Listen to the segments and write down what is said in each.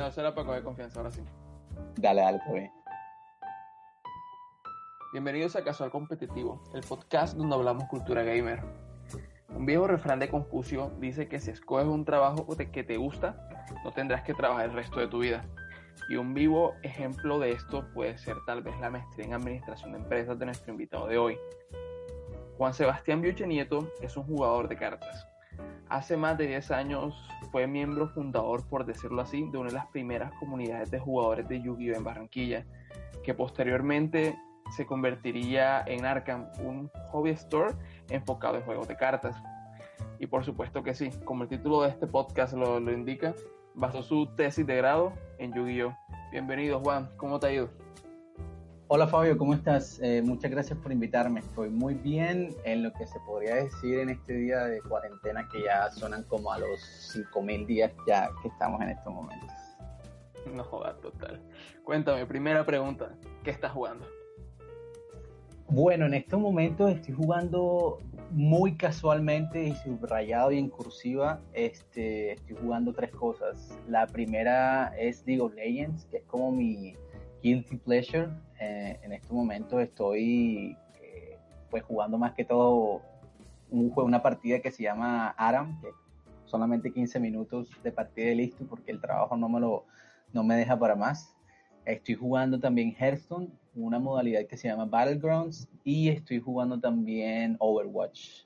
No, eso era para coger confianza, ahora sí. Dale, todo bien. Bienvenidos a Casual Competitivo, el podcast donde hablamos cultura gamer. Un viejo refrán de Confucio dice que si escoges un trabajo que te gusta, no tendrás que trabajar el resto de tu vida. Y un vivo ejemplo de esto puede ser tal vez la maestría en administración de empresas de nuestro invitado de hoy. Juan Sebastián Biuche Nieto es un jugador de cartas. Hace más de 10 años fue miembro fundador, por decirlo así, de una de las primeras comunidades de jugadores de Yu-Gi-Oh! En Barranquilla, que posteriormente se convertiría en Arkham, un hobby store enfocado en juegos de cartas. Y por supuesto que sí, como el título de este podcast lo indica, basó su tesis de grado en Yu-Gi-Oh! Bienvenido, Juan, ¿cómo te ha ido? Hola Fabio, ¿cómo estás? Muchas gracias por invitarme. Estoy muy bien en lo que se podría decir en este día de cuarentena que ya suenan como a los 5.000 días ya que estamos en estos momentos. No jodas, total. Cuéntame, primera pregunta, ¿qué estás jugando? Bueno, en estos momentos estoy jugando muy casualmente y subrayado y en cursiva. Estoy jugando tres cosas. La primera es League of Legends, que es como mi guilty pleasure. En estos momentos estoy pues jugando más que todo una partida que se llama Aram, que solamente 15 minutos de partida y listo, porque el trabajo no me deja para más. Estoy jugando también Hearthstone, una modalidad que se llama Battlegrounds, y estoy jugando también Overwatch.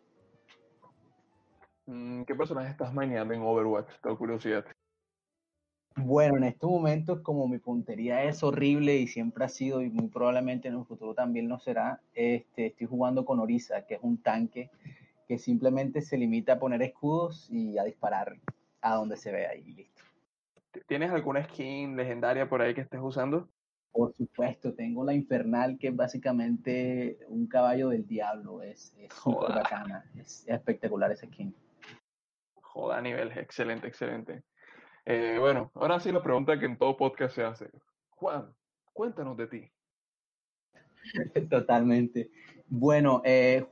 ¿Qué personaje estás manejando en Overwatch? Tengo curiosidad. Bueno, en estos momentos, como mi puntería es horrible y siempre ha sido, y muy probablemente en un futuro también lo será, estoy jugando con Orisa, que es un tanque que simplemente se limita a poner escudos y a disparar a donde se vea y listo. ¿Tienes alguna skin legendaria por ahí que estés usando? Por supuesto, tengo la Infernal, que es básicamente un caballo del diablo, es súper Joda, bacana, es espectacular ese skin. joda a nivel, excelente, excelente. Bueno, ahora sí la pregunta que en todo podcast se hace. Juan, cuéntanos de ti. Totalmente. Bueno,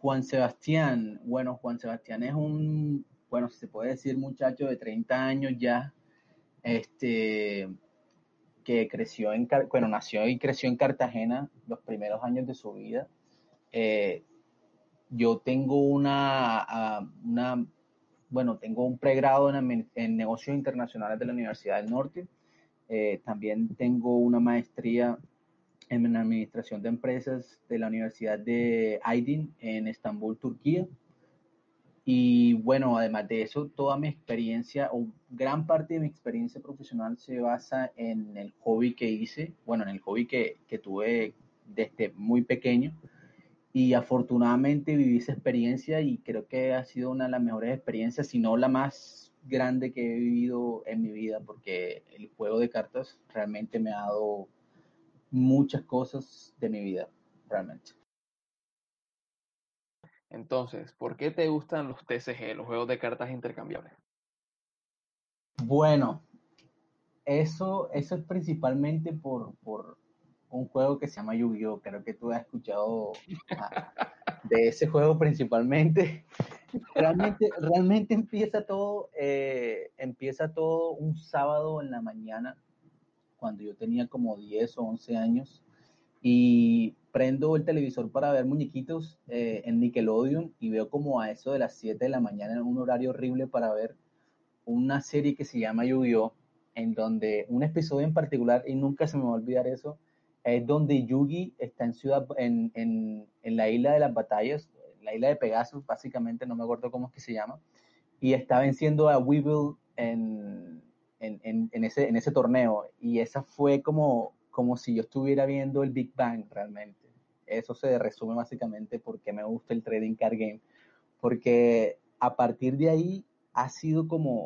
Juan Sebastián es bueno, si se puede decir, muchacho de 30 años ya, este, que nació y creció en Cartagena los primeros años de su vida. Eh, yo tengo tengo un pregrado en negocios internacionales de la Universidad del Norte. También tengo una maestría en administración de empresas de la Universidad de Aydin en Estambul, Turquía. Y bueno, además de eso, toda mi experiencia o gran parte de mi experiencia profesional se basa en el hobby que hice, bueno, en el hobby que tuve desde muy pequeño. Y afortunadamente viví esa experiencia y creo que ha sido una de las mejores experiencias, si no la más grande que he vivido en mi vida, porque el juego de cartas realmente me ha dado muchas cosas de mi vida, realmente. Entonces, ¿por qué te gustan los TCG, los juegos de cartas intercambiables? Bueno, eso es principalmente por un juego que se llama Yu-Gi-Oh! Creo que tú has escuchado de ese juego principalmente. Realmente empieza todo un sábado en la mañana, cuando yo tenía como 10 o 11 años, y prendo el televisor para ver muñequitos en Nickelodeon y veo como a eso de las 7 de la mañana, en un horario horrible para ver una serie que se llama Yu-Gi-Oh! En donde un episodio en particular, y nunca se me va a olvidar eso, es donde Yugi está en la isla de las batallas, la isla de Pegasus, básicamente, no me acuerdo cómo es que se llama, y está venciendo a Weevil en ese torneo. Y esa fue como si yo estuviera viendo el Big Bang realmente. Eso se resume básicamente porque me gusta el trading card game. Porque a partir de ahí ha sido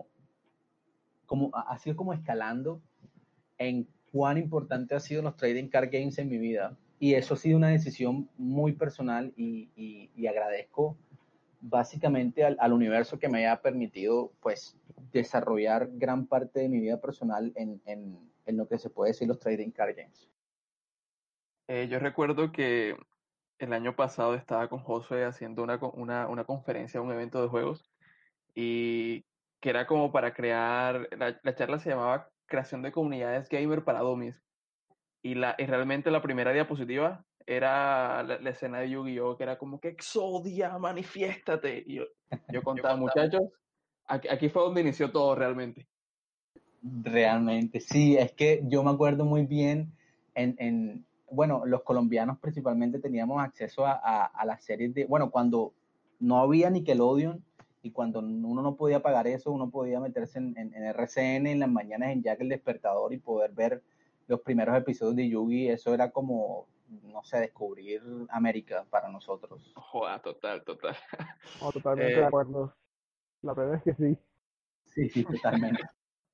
ha sido como escalando en cuán importante han sido los trading card games en mi vida. Y eso ha sido una decisión muy personal y agradezco básicamente al universo que me haya permitido pues desarrollar gran parte de mi vida personal en lo que se puede decir los trading card games. Yo recuerdo que el año pasado estaba con Josué haciendo una conferencia, un evento de juegos, y que era como para crear, la charla se llamaba creación de comunidades gamer para dummies. Y realmente la primera diapositiva era la escena de Yu-Gi-Oh! Que era como que Exodia, manifiéstate. Y yo contaba, muchachos, aquí fue donde inició todo realmente. Realmente, sí, es que yo me acuerdo muy bien bueno, los colombianos principalmente teníamos acceso a las series bueno, cuando no había Nickelodeon y cuando uno no podía pagar eso, uno podía meterse en RCN en las mañanas en Jack el Despertador y poder ver los primeros episodios de Yugi. Eso era como, no sé, descubrir América para nosotros. Joda, total, total. No, totalmente de Eh, acuerdo. La verdad es que sí. Sí, sí, totalmente.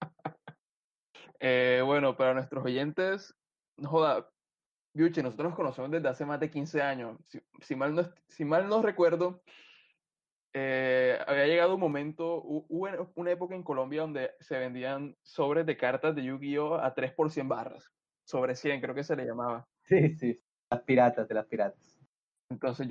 bueno, para nuestros oyentes, no joda, Biuchi, nosotros nos conocemos desde hace más de 15 años. Si mal no recuerdo, había llegado un momento, hubo una época en Colombia donde se vendían sobres de cartas de Yu-Gi-Oh! A 3 por 100 barras. Sobre 100 creo que se le llamaba. Sí, sí, sí. Las piratas, de las piratas. Entonces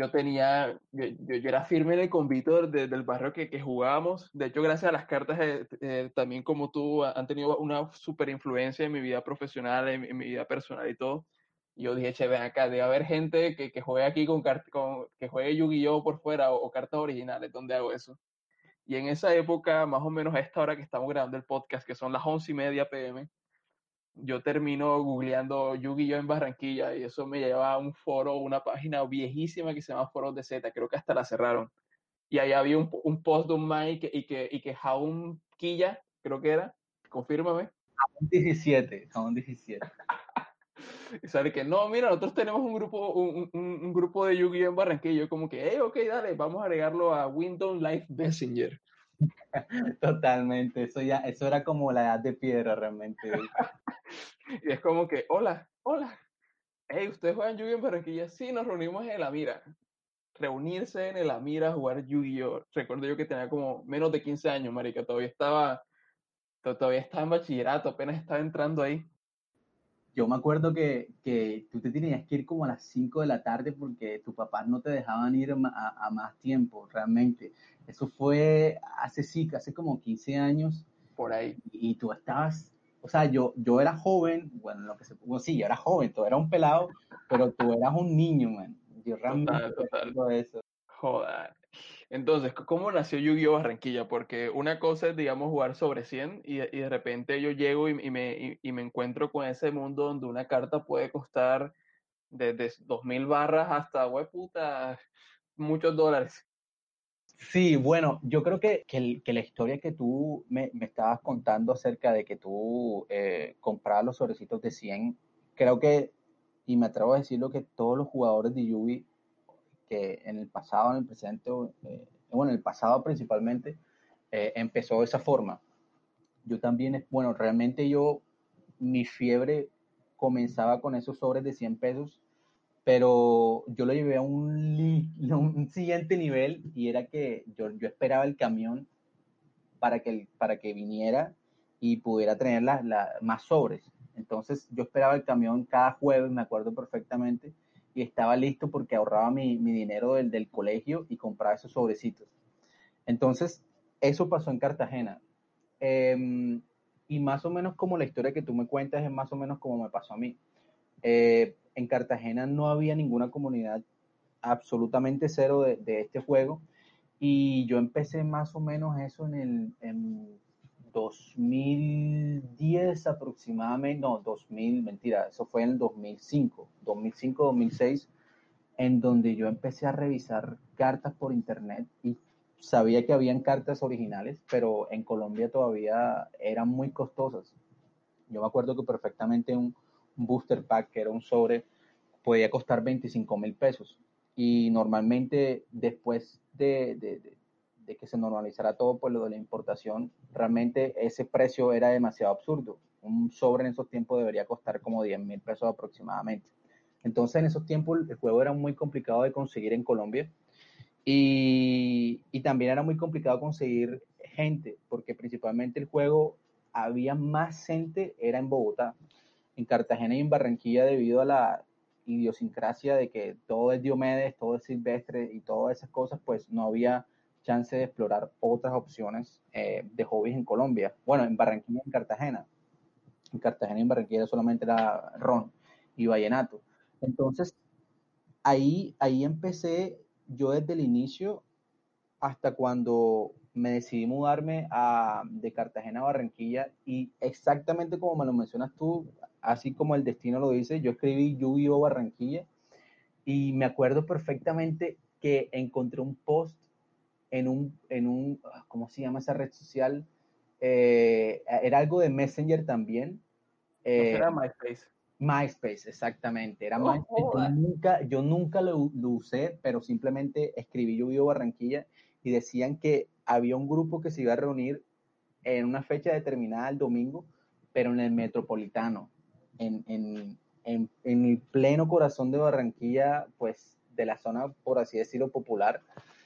yo era firme en el convito del barrio que jugábamos. De hecho, gracias a las cartas, también como tú, han tenido una super influencia en mi vida profesional, en mi vida personal y todo. Y yo dije, che, ven acá, debe haber gente que juegue aquí que juegue Yu-Gi-Oh! Por fuera o cartas originales. ¿Dónde hago eso? Y en esa época, más o menos a esta hora que estamos grabando el podcast, que son las 11:30 p.m., yo termino googleando Yu-Gi-Oh! En Barranquilla y eso me lleva a un foro, una página viejísima que se llama Foros de Z, creo que hasta la cerraron. Y ahí había un post de un Mike y que Jaun Quilla, creo que era, confírmame, Son 17, son 17. y sale que no, mira, nosotros tenemos un grupo de Yu-Gi-Oh! En Barranquilla. Y yo como que, hey, ok, dale, vamos a agregarlo a Windows Live Messenger. Totalmente, eso era como la edad de piedra realmente. Y es como que, hola, hola, hey, ¿ustedes juegan Yu-Gi-Oh! En Barranquilla? Sí, nos reunimos en el Amira. Reunirse en el Amira a jugar Yu-Gi-Oh! Recuerdo yo que tenía como menos de 15 años, marica, todavía estaba en bachillerato, apenas estaba entrando ahí. Yo me acuerdo que tú te tenías que ir como a las 5 de la tarde porque tus papás no te dejaban ir a más tiempo, realmente. Eso fue hace como 15 años Por ahí. y tú estabas, o sea, yo era joven, bueno, bueno, sí, yo era joven, tú eras un pelado, pero tú eras un niño, man. Yo realmente Total, total. recuerdo eso. Joder. Entonces, ¿cómo nació Yu-Gi-Oh! Barranquilla? Porque una cosa es, digamos, jugar sobre 100 y de repente yo llego y me encuentro con ese mundo donde una carta puede costar desde 2.000 barras hasta, puta, muchos dólares. Sí, bueno, yo creo que la historia que tú me estabas contando acerca de que tú comprabas los sobrecitos de 100, creo que, y me atrevo a decirlo, que todos los jugadores de Yubi, que en el pasado, en el presente, bueno, en el pasado principalmente, empezó de esa forma. Yo también, bueno, realmente mi fiebre comenzaba con esos sobres de 100 pesos, pero yo lo llevé a un siguiente nivel y era que yo esperaba el camión para que viniera y pudiera tener más sobres. Entonces yo esperaba el camión cada jueves, me acuerdo perfectamente, y estaba listo porque ahorraba mi dinero del colegio y compraba esos sobrecitos. Entonces, eso pasó en Cartagena. Eh, y más o menos como la historia que tú me cuentas es más o menos como me pasó a mí. En Cartagena no había ninguna comunidad, absolutamente cero de este juego, y yo empecé más o menos eso en 2010 aproximadamente, no, 2000, mentira, eso fue en el 2005, 2006, en donde yo empecé a revisar cartas por internet y sabía que habían cartas originales, pero en Colombia todavía eran muy costosas. Yo me acuerdo que perfectamente un booster pack, que era un sobre, podía costar 25.000 pesos. Y normalmente después de que se normalizara todo por lo de la importación, realmente ese precio era demasiado absurdo. Un sobre en esos tiempos debería costar como 10.000 pesos aproximadamente. Entonces en esos tiempos el juego era muy complicado de conseguir en Colombia y también era muy complicado conseguir gente, porque principalmente el juego había más gente, era en Bogotá. En Cartagena y en Barranquilla, debido a la idiosincrasia de que todo es Diomedes, todo es silvestre y todas esas cosas, pues no había chance de explorar otras opciones de hobbies en Colombia. Bueno, en Barranquilla y en Cartagena. En Cartagena y en Barranquilla solamente era ron y vallenato. Entonces, ahí empecé yo desde el inicio hasta cuando me decidí mudarme de Cartagena a Barranquilla y exactamente como me lo mencionas tú, así como el destino lo dice, yo escribí Yu-Gi-Oh! Barranquilla y me acuerdo perfectamente que encontré un post ¿cómo se llama esa red social? Era algo de Messenger también. No Eh, será MySpace. MySpace, exactamente. Era No MySpace. joda. Yo nunca lo usé, pero simplemente escribí Yo Vivo Barranquilla y decían que había un grupo que se iba a reunir en una fecha determinada el domingo, pero en el Metropolitano, en el pleno corazón de Barranquilla, pues de la zona, por así decirlo, popular.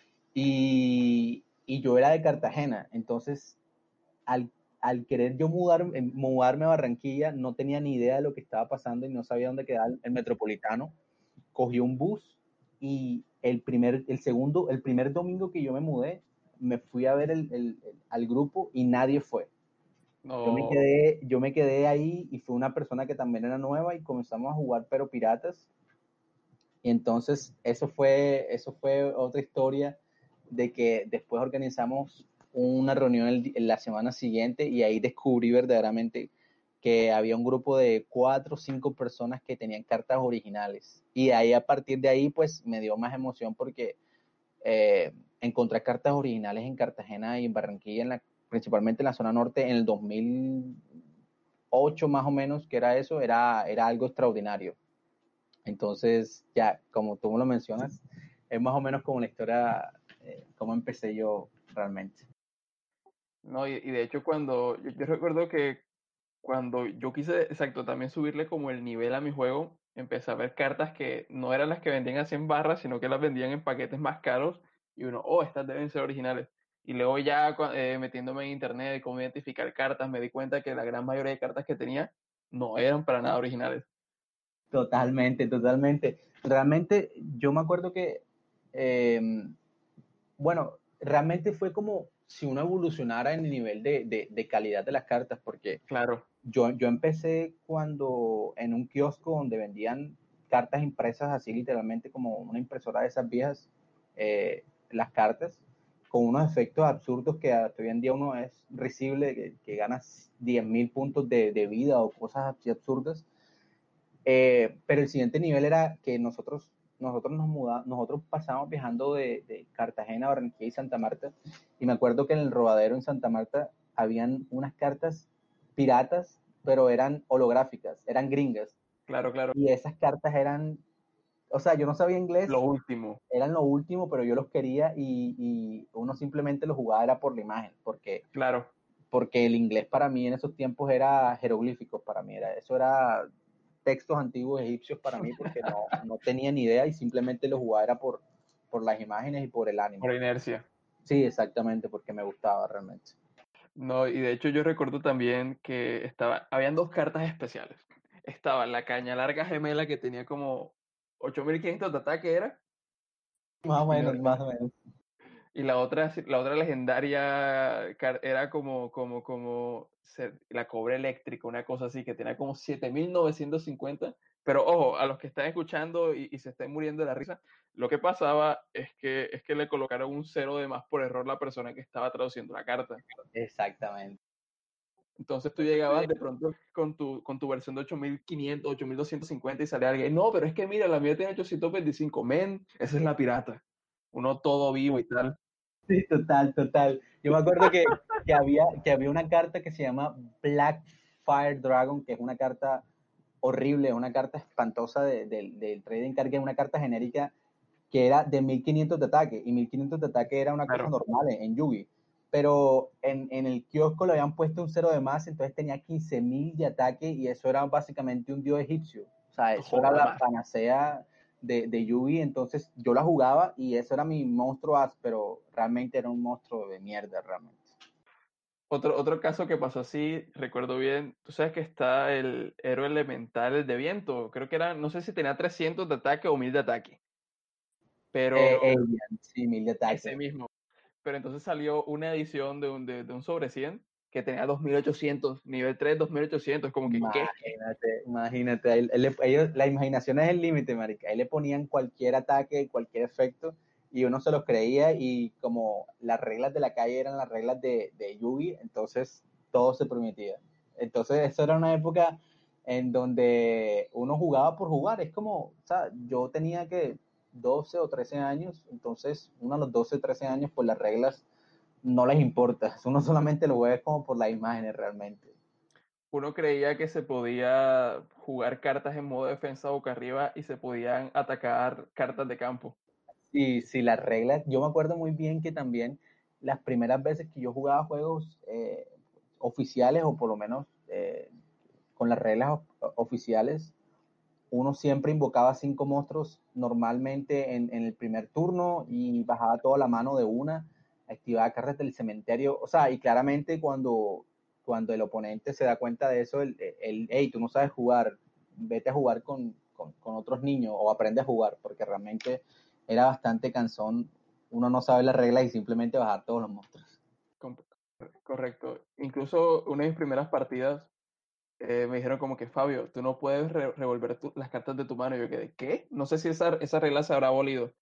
Y yo era de Cartagena, entonces al, al querer yo mudarme a Barranquilla, no tenía ni idea de lo que estaba pasando y no sabía dónde quedaba el Metropolitano. Cogí un bus y el primer domingo que yo me mudé, me fui a ver al grupo y nadie fue. No. Yo me quedé ahí y fue una persona que también era nueva y comenzamos a jugar pero piratas. Y entonces eso fue otra historia de que después organizamos una reunión en la semana siguiente y ahí descubrí verdaderamente que había un grupo de 4 o 5 personas que tenían cartas originales. Y ahí a partir de ahí pues me dio más emoción porque encontré cartas originales en Cartagena y en Barranquilla, principalmente en la zona norte, en el 2008 más o menos, que era eso, era algo extraordinario. Entonces, ya, como tú me lo mencionas, es más o menos como la historia, cómo empecé yo realmente. No, y de hecho yo recuerdo que cuando yo quise, exacto, también subirle como el nivel a mi juego, empecé a ver cartas que no eran las que vendían a 100 barras, sino que las vendían en paquetes más caros y uno, oh, estas deben ser originales. Y luego ya metiéndome en internet de cómo identificar cartas, me di cuenta que la gran mayoría de cartas que tenía no eran para nada originales. Totalmente, totalmente. Realmente, yo me acuerdo que, eh, bueno, realmente fue como si uno evolucionara en el nivel de calidad de las cartas, porque Claro, yo empecé cuando en un kiosco donde vendían cartas impresas así literalmente como una impresora de esas viejas, las cartas con unos efectos absurdos que hasta hoy en día uno es risible, que ganas 10.000 puntos de vida o cosas así absurdas. Pero el siguiente nivel era que nosotros pasamos viajando de Cartagena, Barranquilla y Santa Marta, y me acuerdo que en el Rodadero en Santa Marta habían unas cartas piratas, pero eran holográficas, eran gringas, claro, claro. y esas cartas o sea, yo no sabía Lo inglés, último, eran lo último, pero yo los quería y uno simplemente los jugaba era por la imagen, claro. porque el inglés para mí en esos tiempos era jeroglíficos, para mí eso era textos antiguos egipcios para mí porque no tenía ni idea y simplemente lo jugaba era por las imágenes y por el Por ánimo. inercia. Sí, exactamente, porque me gustaba realmente. No, y de hecho yo recuerdo también que habían dos cartas especiales. Estaba la caña larga gemela que tenía como 8500 de ataque era, Más o y, no- menos, más o menos. y la otra legendaria era la cobre eléctrica, una cosa así, que tenía como 7950. Pero ojo, a los que están escuchando y se estén muriendo de la risa, lo que pasaba es que le colocaron un cero de más por error la persona que estaba traduciendo la carta. Exactamente. Entonces tú llegabas de pronto con tu versión de 8500, 8250 y sale alguien, no, pero es que mira, la mía tiene 825, men, esa es la pirata. Uno todo vivo y tal. Sí, total, total. Yo me acuerdo que había una carta que se llama Black Fire Dragon, que es una carta horrible, una carta espantosa del trading card, que es una carta genérica que era de 1500 de ataque, y 1500 de ataque era una cosa Claro, normal en Yugi. Pero en el kiosco le habían puesto un cero de más, entonces tenía 15.000 de ataque y eso era básicamente un dios egipcio. O sea, eso era joda la más. panacea de Yugi, entonces yo la jugaba y eso era mi monstruo as, pero realmente era un monstruo de mierda, realmente. Otro caso que pasó así, recuerdo bien, tú sabes que está el héroe elemental, el de viento, creo que era, no sé si tenía 300 de ataque o 1000 de ataque, pero Alien, sí, 1000 de ataque. ese mismo. Pero entonces salió una edición de un sobre 100 que tenía 2800, nivel 3, 2800, como que, ¿qué? Imagínate, la imaginación es el límite, marica. Ahí le ponían cualquier ataque, cualquier efecto, y uno se los creía, y como las reglas de la calle eran las reglas de Yugi, entonces todo se permitía. Entonces, eso era una época en donde uno jugaba por jugar. Es como, o sea, yo tenía que 12 o 13 años, entonces uno a los 12 o 13 años, pues las reglas no les importa. Uno solamente lo ve como por las imágenes realmente. Uno creía que se podía jugar cartas en modo defensa boca arriba y se podían atacar cartas de campo. Y si las reglas, yo me acuerdo muy bien que también las primeras veces que yo jugaba juegos oficiales, o por lo menos con las reglas oficiales, uno siempre invocaba 5 monstruos normalmente en el primer turno, y bajaba toda la mano de una, activaba cartas del cementerio. O sea, y claramente cuando el oponente se da cuenta de eso, hey, tú no sabes jugar, vete a jugar con otros niños, o aprende a jugar, porque realmente era bastante cansón. Uno no sabe las reglas y simplemente bajar todos los monstruos. Correcto. Incluso una de mis primeras partidas me dijeron como que, Fabio, tú no puedes revolver las cartas de tu mano. Y yo quedé, ¿qué? No sé si esa regla se habrá abolido.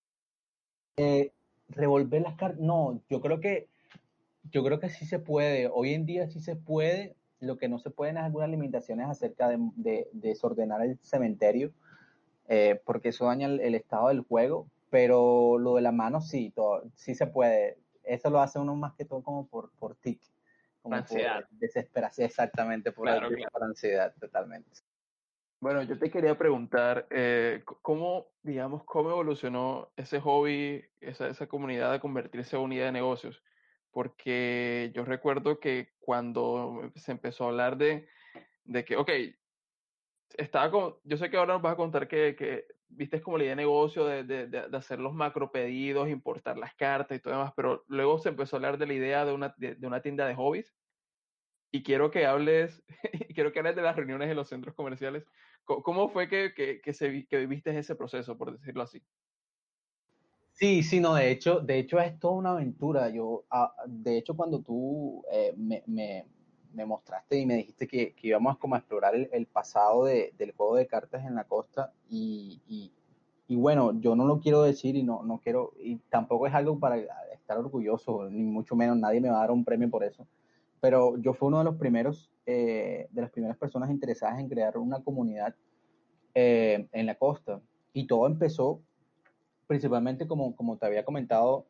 Revolver las cartas, no, yo creo que sí se puede. Hoy en día sí se puede. Lo que no se pueden es algunas limitaciones acerca de desordenar el cementerio, porque eso daña el estado del juego. Pero lo de la mano sí, sí se puede. Eso lo hace uno más que todo como por tic, La como por ansiedad. desesperación, exactamente, Claro, claro. por ansiedad, totalmente. Bueno, yo te quería preguntar, ¿cómo, digamos, cómo evolucionó ese hobby, esa comunidad a convertirse en unidad de negocios? Porque yo recuerdo que cuando se empezó a hablar de que, ok, yo sé que ahora nos vas a contar que viste como la idea de negocio de hacer los macro pedidos, importar las cartas y todo demás, pero luego se empezó a hablar de la idea de una tienda de hobbies y quiero que hables, quiero que hables de las reuniones en los centros comerciales. ¿Cómo fue que viviste ese proceso, por decirlo así? Sí, sí, no, de hecho es toda una aventura. De hecho, cuando tú me mostraste y me dijiste que íbamos como a explorar el pasado del juego de cartas en la costa, y bueno, yo no lo quiero decir, y no quiero, y tampoco es algo para estar orgulloso, ni mucho menos, nadie me va a dar un premio por eso, pero yo fui uno de los primeros, de las primeras personas interesadas en crear una comunidad en la costa, y todo empezó principalmente, como te había comentado,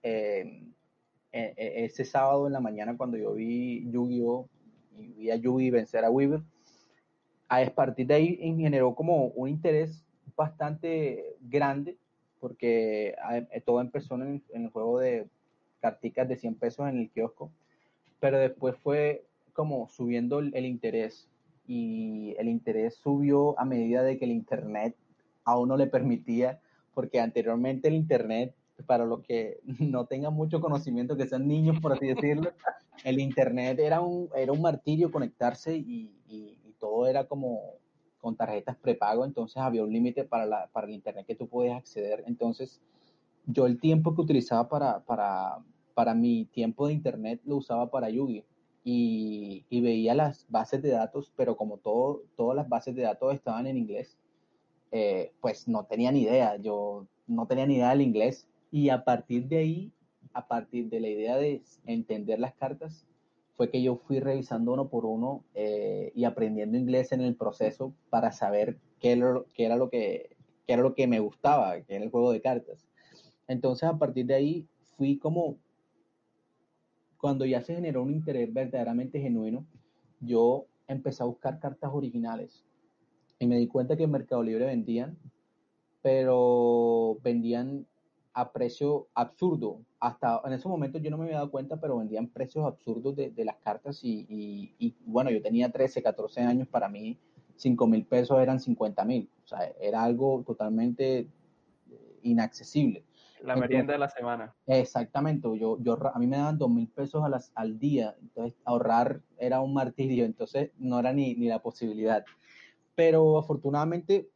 ese sábado en la mañana, cuando yo vi Yu-Gi-Oh! Y vi a Yugi vencer a Weaver. A partir de ahí generó como un interés bastante grande, porque todo empezó en el juego de carticas de 100 pesos en el kiosco, pero después fue como subiendo el interés, y el interés subió a medida de que el internet a uno le permitía, porque anteriormente el internet, para los que no tengan mucho conocimiento, que sean niños por así decirlo, el internet era un martirio conectarse, y todo era como con tarjetas prepago. Entonces había un límite para el internet que tú podías acceder. Entonces yo el tiempo que utilizaba para mi tiempo de internet lo usaba para Yugi, y veía las bases de datos, pero como todas las bases de datos estaban en inglés, pues no tenía ni idea. Yo no tenía ni idea del inglés, y a partir de ahí, a partir de la idea de entender las cartas, fue que yo fui revisando uno por uno, y aprendiendo inglés en el proceso, para saber qué era lo que me gustaba, que era el juego de cartas. Entonces, a partir de ahí, fui como, cuando ya se generó un interés verdaderamente genuino, yo empecé a buscar cartas originales, y me di cuenta que en Mercado Libre vendían, pero vendían a precio absurdo. Hasta en ese momento yo no me había dado cuenta, pero vendían precios absurdos de las cartas, y bueno, yo tenía 13, 14 años. Para mí 5.000 pesos eran 50.000. O sea, era algo totalmente inaccesible. La Entonces, merienda de la semana. exactamente, a mí me daban 2.000 pesos al día, entonces ahorrar era un martirio, entonces no era ni la posibilidad. Pero afortunadamente,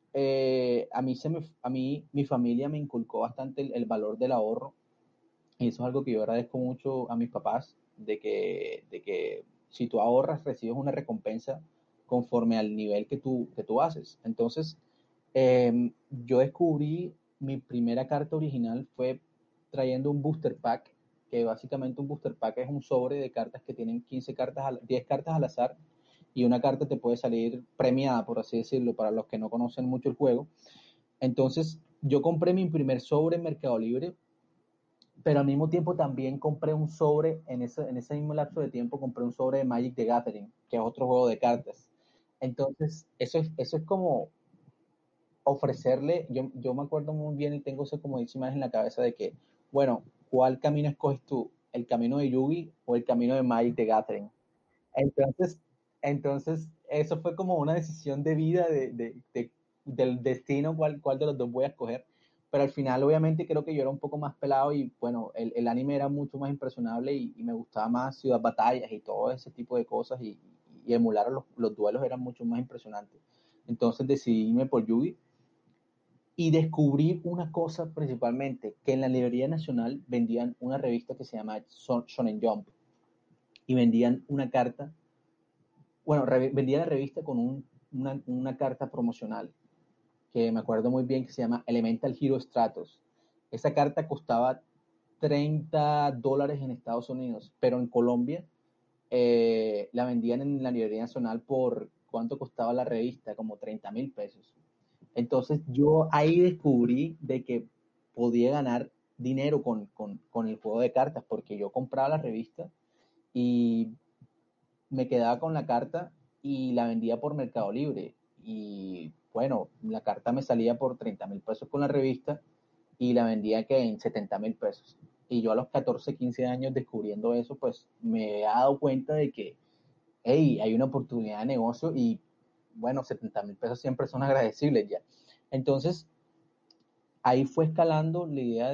a mí mi familia me inculcó bastante el valor del ahorro, y eso es algo que yo agradezco mucho a mis papás, de que si tú ahorras, recibes una recompensa conforme al nivel que tú haces. Entonces, yo descubrí mi primera carta original fue trayendo un booster pack, que básicamente un booster pack es un sobre de cartas que tienen 15 cartas, 10 cartas al azar, y una carta te puede salir premiada, por así decirlo, para los que no conocen mucho el juego. Entonces, yo compré mi primer sobre en Mercado Libre, pero al mismo tiempo también compré un sobre, en ese mismo lapso de tiempo, compré un sobre de Magic the Gathering, que es otro juego de cartas. Entonces, eso es como ofrecerle, yo me acuerdo muy bien y tengo eso como esa imagen en la cabeza de que, bueno, ¿cuál camino escoges tú? ¿El camino de Yugi o el camino de Magic the Gathering? Entonces, entonces eso fue como una decisión de vida del destino, cuál de los dos voy a escoger. Pero al final, obviamente, creo que yo era un poco más pelado y bueno, el anime era mucho más impresionable y me gustaba más Ciudad Batallas y todo ese tipo de cosas y emular los duelos eran mucho más impresionantes. Entonces decidí irme por Yugi y descubrí una cosa principalmente, que en la librería nacional vendían una revista que se llama Shonen Jump y vendían una carta, bueno, vendía la revista con una carta promocional, que me acuerdo muy bien que se llama Elemental Hero Stratos. Esa carta costaba $30 en Estados Unidos, pero en Colombia la vendían en la librería nacional por cuánto costaba la revista, como 30.000 pesos. Entonces yo ahí descubrí de que podía ganar dinero con el juego de cartas, porque yo compraba la revista y me quedaba con la carta y la vendía por Mercado Libre. Y bueno, la carta me salía por 30.000 pesos con la revista y la vendía que en 70.000 pesos. Y yo a los 14 15 años descubriendo eso, pues me he dado cuenta de que, hey, hay una oportunidad de negocio y bueno, 70.000 pesos siempre son agradecibles ya. Entonces, ahí fue escalando la idea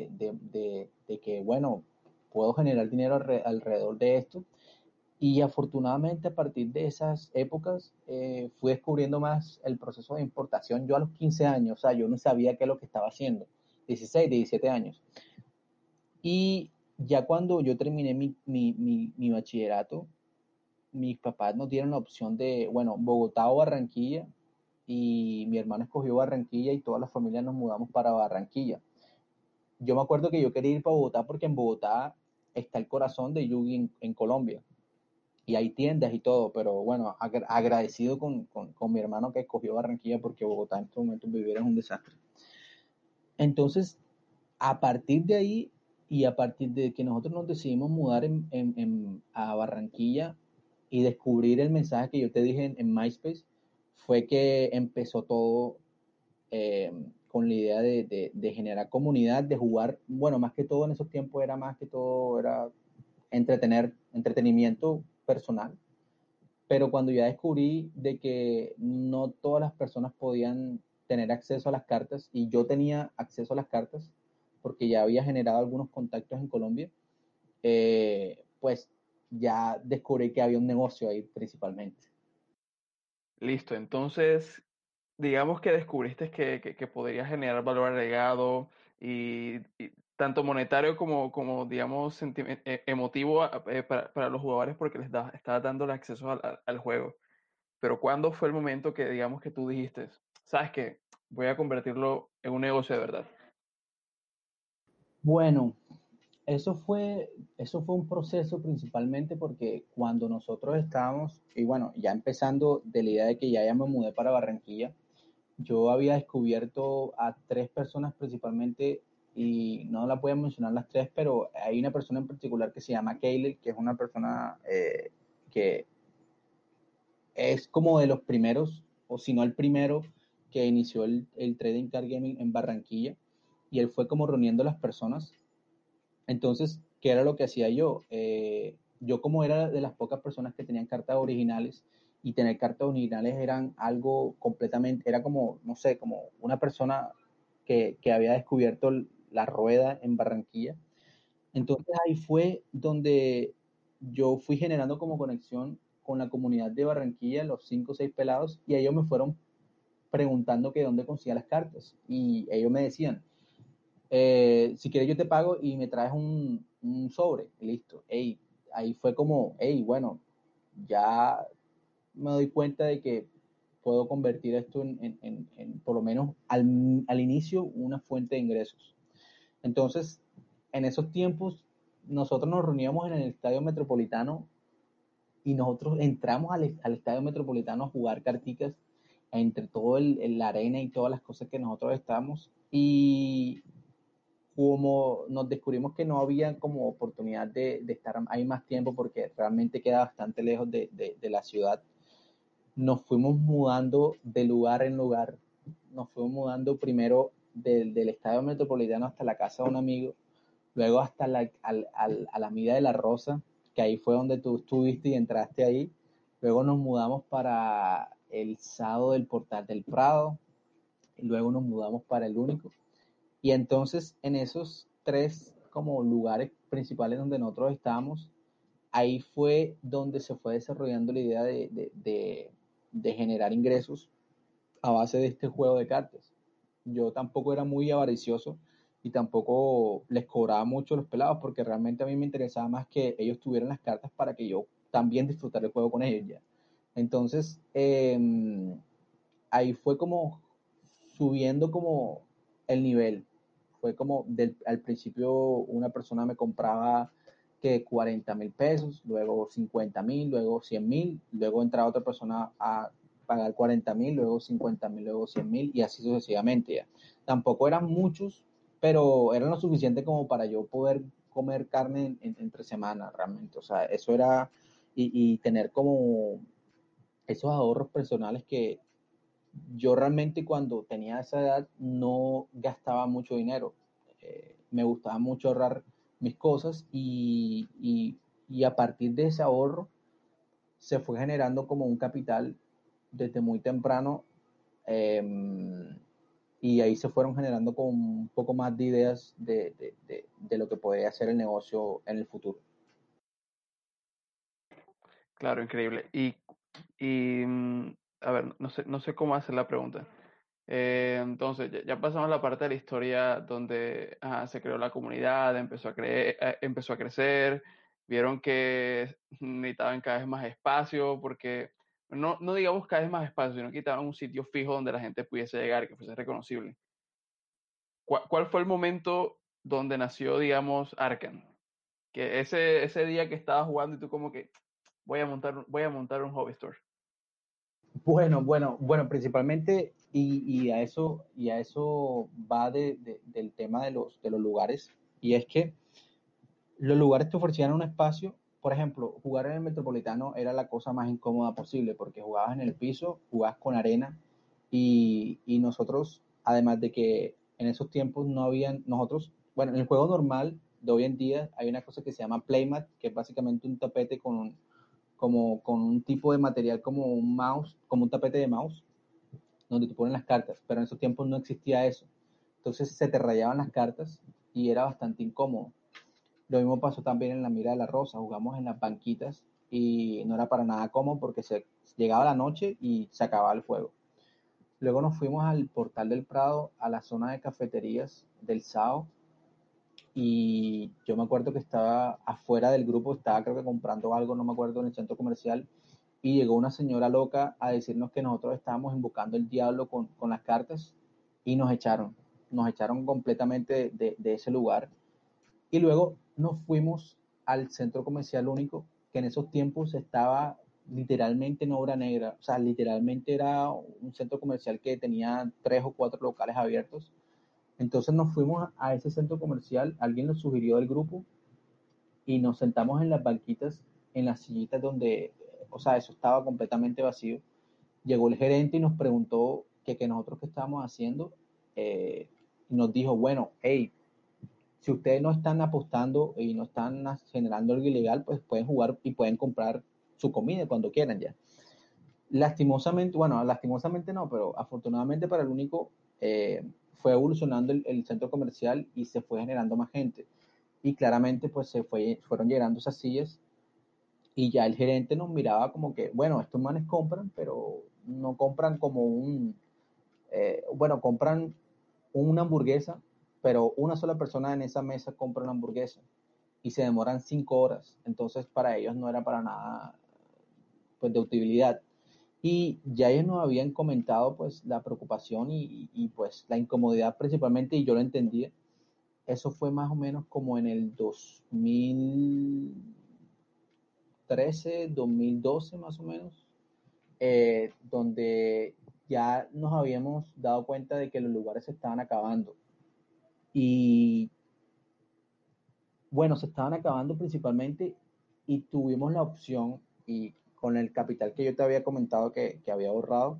de que, bueno, puedo generar dinero alrededor de esto y afortunadamente a partir de esas épocas fui descubriendo más el proceso de importación. Yo a los 15 años, o sea, yo no sabía qué es lo que estaba haciendo, 16, 17 años. Y ya cuando yo terminé mi bachillerato, mis papás nos dieron la opción de, bueno, Bogotá o Barranquilla, y mi hermano escogió Barranquilla y toda la familia nos mudamos para Barranquilla. Yo me acuerdo que yo quería ir para Bogotá porque en Bogotá está el corazón de Yugi en Colombia y hay tiendas y todo, pero bueno, agradecido con mi hermano que escogió Barranquilla porque Bogotá en estos momentos vivir es un desastre. Entonces, a partir de ahí y a partir de que nosotros nos decidimos mudar a Barranquilla y descubrir el mensaje que yo te dije en MySpace, fue que empezó todo con la idea de generar comunidad, de jugar, bueno, más que todo en esos tiempos era más que todo, era entretenimiento personal, pero cuando ya descubrí de que no todas las personas podían tener acceso a las cartas y yo tenía acceso a las cartas porque ya había generado algunos contactos en Colombia, pues ya descubrí que había un negocio ahí principalmente. Listo, entonces digamos que descubriste que podría generar valor agregado y tanto monetario como digamos, emotivo para los jugadores porque estaba dando el acceso al juego. Pero ¿cuándo fue el momento que digamos que tú dijiste, sabes que voy a convertirlo en un negocio de verdad? Bueno, eso fue un proceso principalmente porque cuando nosotros estábamos, y bueno, ya empezando de la idea de que ya me mudé para Barranquilla, yo había descubierto a tres personas principalmente, y no las voy a mencionar las tres, pero hay una persona en particular que se llama Kayle, que es una persona que es como de los primeros, o si no el primero, que inició el trading card gaming en Barranquilla, y él fue como reuniendo las personas. Entonces, ¿qué era lo que hacía yo? Yo como era de las pocas personas que tenían cartas originales, y tener cartas originales eran algo completamente, era como, no sé, como una persona que había descubierto la rueda en Barranquilla. Entonces ahí fue donde yo fui generando como conexión con la comunidad de Barranquilla, los cinco o seis pelados, y ellos me fueron preguntando que dónde conseguía las cartas. Y ellos me decían, si quieres yo te pago y me traes un sobre, y listo. Hey, ahí fue como, hey, bueno, ya me doy cuenta de que puedo convertir esto en por lo menos al inicio, una fuente de ingresos. Entonces, en esos tiempos, nosotros nos reuníamos en el Estadio Metropolitano y nosotros entramos al Estadio Metropolitano a jugar carticas entre todo la arena y todas las cosas que nosotros estábamos. Y como nos descubrimos que no había como oportunidad de estar ahí más tiempo porque realmente queda bastante lejos de la ciudad, nos fuimos mudando de lugar en lugar. Nos fuimos mudando primero del Estadio Metropolitano hasta la casa de un amigo, luego hasta a la Mida de la Rosa, que ahí fue donde tú estuviste y entraste ahí. Luego nos mudamos para el Sado del Portal del Prado, y luego nos mudamos para el Único. Y entonces en esos tres como lugares principales donde nosotros estábamos, ahí fue donde se fue desarrollando la idea de generar ingresos a base de este juego de cartas. Yo tampoco era muy avaricioso y tampoco les cobraba mucho a los pelados porque realmente a mí me interesaba más que ellos tuvieran las cartas para que yo también disfrutara el juego con ellos ya. Entonces, ahí fue como subiendo como el nivel. Fue como al principio una persona me compraba que 40,000 pesos, luego 50,000, luego 100,000, luego entraba otra persona a pagar 40,000, luego 50,000, luego 100,000 y así sucesivamente ya. Tampoco eran muchos, pero eran lo suficiente como para yo poder comer carne entre semanas realmente. O sea, eso era y tener como esos ahorros personales que yo realmente cuando tenía esa edad no gastaba mucho dinero. Me gustaba mucho ahorrar mis cosas y a partir de ese ahorro se fue generando como un capital desde muy temprano eh, y ahí se fueron generando como un poco más de ideas de lo que podría ser el negocio en el futuro. Claro, increíble. A ver, no sé cómo hacer la pregunta. Entonces, ya pasamos la parte de la historia donde se creó la comunidad, empezó a crecer, vieron que necesitaban cada vez más espacio, porque no digamos cada vez más espacio, sino que necesitaban un sitio fijo donde la gente pudiese llegar, que fuese reconocible. ¿Cuál fue el momento donde nació, digamos, Arcan? Que ese día que estabas jugando y tú como que voy a montar un hobby store. Bueno, principalmente, y a eso va del tema de los lugares, y es que los lugares te ofrecían un espacio, por ejemplo, jugar en el Metropolitano era la cosa más incómoda posible, porque jugabas en el piso, jugabas con arena, y nosotros, además de que en esos tiempos no habían, nosotros, bueno, en el juego normal de hoy en día hay una cosa que se llama playmat, que es básicamente un tapete con un tipo de material como un mouse, como un tapete de mouse, donde tú pones las cartas, pero en esos tiempos no existía eso. Entonces se te rayaban las cartas y era bastante incómodo. Lo mismo pasó también en la Mira de la Rosa, jugamos en las banquitas y no era para nada cómodo porque se llegaba la noche y se acababa el juego. Luego nos fuimos al Portal del Prado, a la zona de cafeterías del SAO, y yo me acuerdo que estaba afuera del grupo, estaba creo que comprando algo, no me acuerdo, en el centro comercial, y llegó una señora loca a decirnos que nosotros estábamos invocando el diablo con las cartas y nos echaron completamente de ese lugar. Y luego nos fuimos al centro comercial único, que en esos tiempos estaba literalmente en obra negra, o sea, literalmente era un centro comercial que tenía 3 o 4 locales abiertos. Entonces nos fuimos a ese centro comercial, alguien nos sugirió del grupo y nos sentamos en las banquitas, en las sillitas donde, o sea, eso estaba completamente vacío. Llegó el gerente y nos preguntó que nosotros qué estábamos haciendo. Y nos dijo, bueno, hey, si ustedes no están apostando y no están generando algo ilegal, pues pueden jugar y pueden comprar su comida cuando quieran ya. Lastimosamente, bueno, lastimosamente no, pero afortunadamente para el único fue evolucionando el centro comercial y se fue generando más gente. Y claramente pues fueron llegando esas sillas y ya el gerente nos miraba como que, bueno, estos manes compran, pero no compran como bueno, compran una hamburguesa, pero una sola persona en esa mesa compra una hamburguesa. y se demoran 5 horas. Entonces para ellos no era para nada pues de utilidad. Y ya ellos nos habían comentado pues la preocupación y pues la incomodidad principalmente, y yo lo entendía. Eso fue más o menos como en el 2013, 2012 más o menos, donde ya nos habíamos dado cuenta de que los lugares se estaban acabando. Y bueno, se estaban acabando principalmente y tuvimos la opción, y con el capital que yo te había comentado que había ahorrado,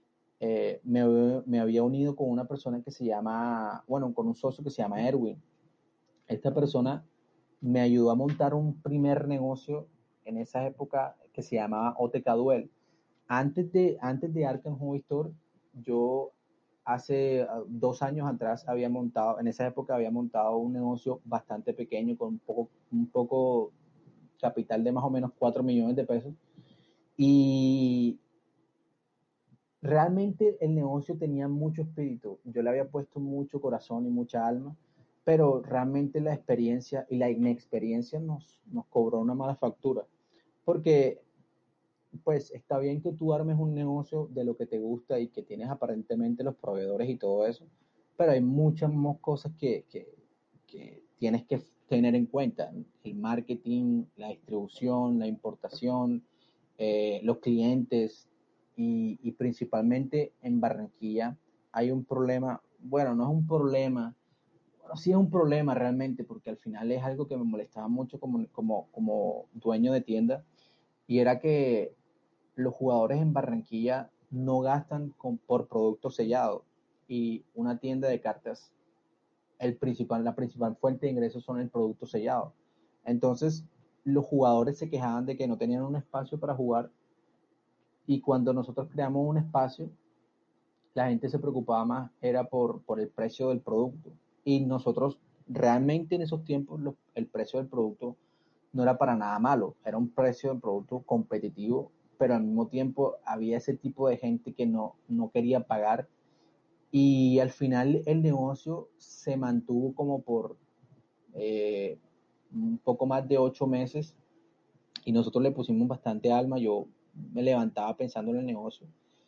me había unido con una persona que se llama, bueno, con un socio que se llama Erwin. Esta persona me ayudó a montar un primer negocio en esa época que se llamaba OTK Duel. Antes de Arkham Home Store, yo hace 2 años atrás había montado, en esa época había montado un negocio bastante pequeño con un poco capital de más o menos 4 millones de pesos. Y realmente el negocio tenía mucho espíritu. Yo le había puesto mucho corazón y mucha alma, pero realmente la experiencia y la inexperiencia nos cobró una mala factura. Porque pues está bien que tú armes un negocio de lo que te gusta y que tienes aparentemente los proveedores y todo eso, pero hay muchas más cosas que tienes que tener en cuenta. El marketing, la distribución, la importación, los clientes y principalmente en Barranquilla hay un problema, bueno, no es un problema, bueno, sí es un problema realmente porque al final es algo que me molestaba mucho como dueño de tienda, y era que los jugadores en Barranquilla no gastan por productos sellados, y una tienda de cartas, la principal fuente de ingresos son el producto sellado. Entonces, los jugadores se quejaban de que no tenían un espacio para jugar, y cuando nosotros creamos un espacio, la gente se preocupaba más, era por el precio del producto. Y nosotros realmente en esos tiempos el precio del producto no era para nada malo, era un precio del producto competitivo, pero al mismo tiempo había ese tipo de gente que no quería pagar, y al final el negocio se mantuvo como por un poco más de 8 meses, y nosotros le pusimos bastante alma. Yo me levantaba pensando en el negocio,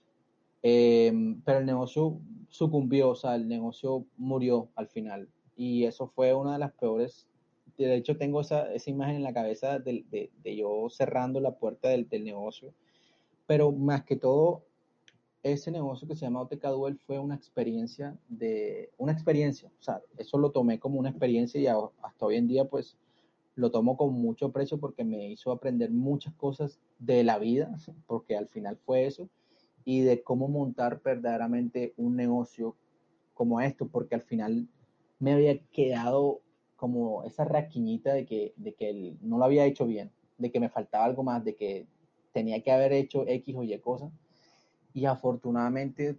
pero el negocio sucumbió, o sea, el negocio murió al final, y eso fue una de las peores. De hecho, tengo esa imagen en la cabeza de yo cerrando la puerta del negocio, pero más que todo, ese negocio que se llama OTK Duel fue una experiencia, o sea, eso lo tomé como una experiencia, y hasta hoy en día pues lo tomo con mucho precio porque me hizo aprender muchas cosas de la vida, porque al final fue eso, y de cómo montar verdaderamente un negocio como esto, porque al final me había quedado como esa raquiñita de que no lo había hecho bien, de que me faltaba algo más, de que tenía que haber hecho X o Y cosas, y afortunadamente,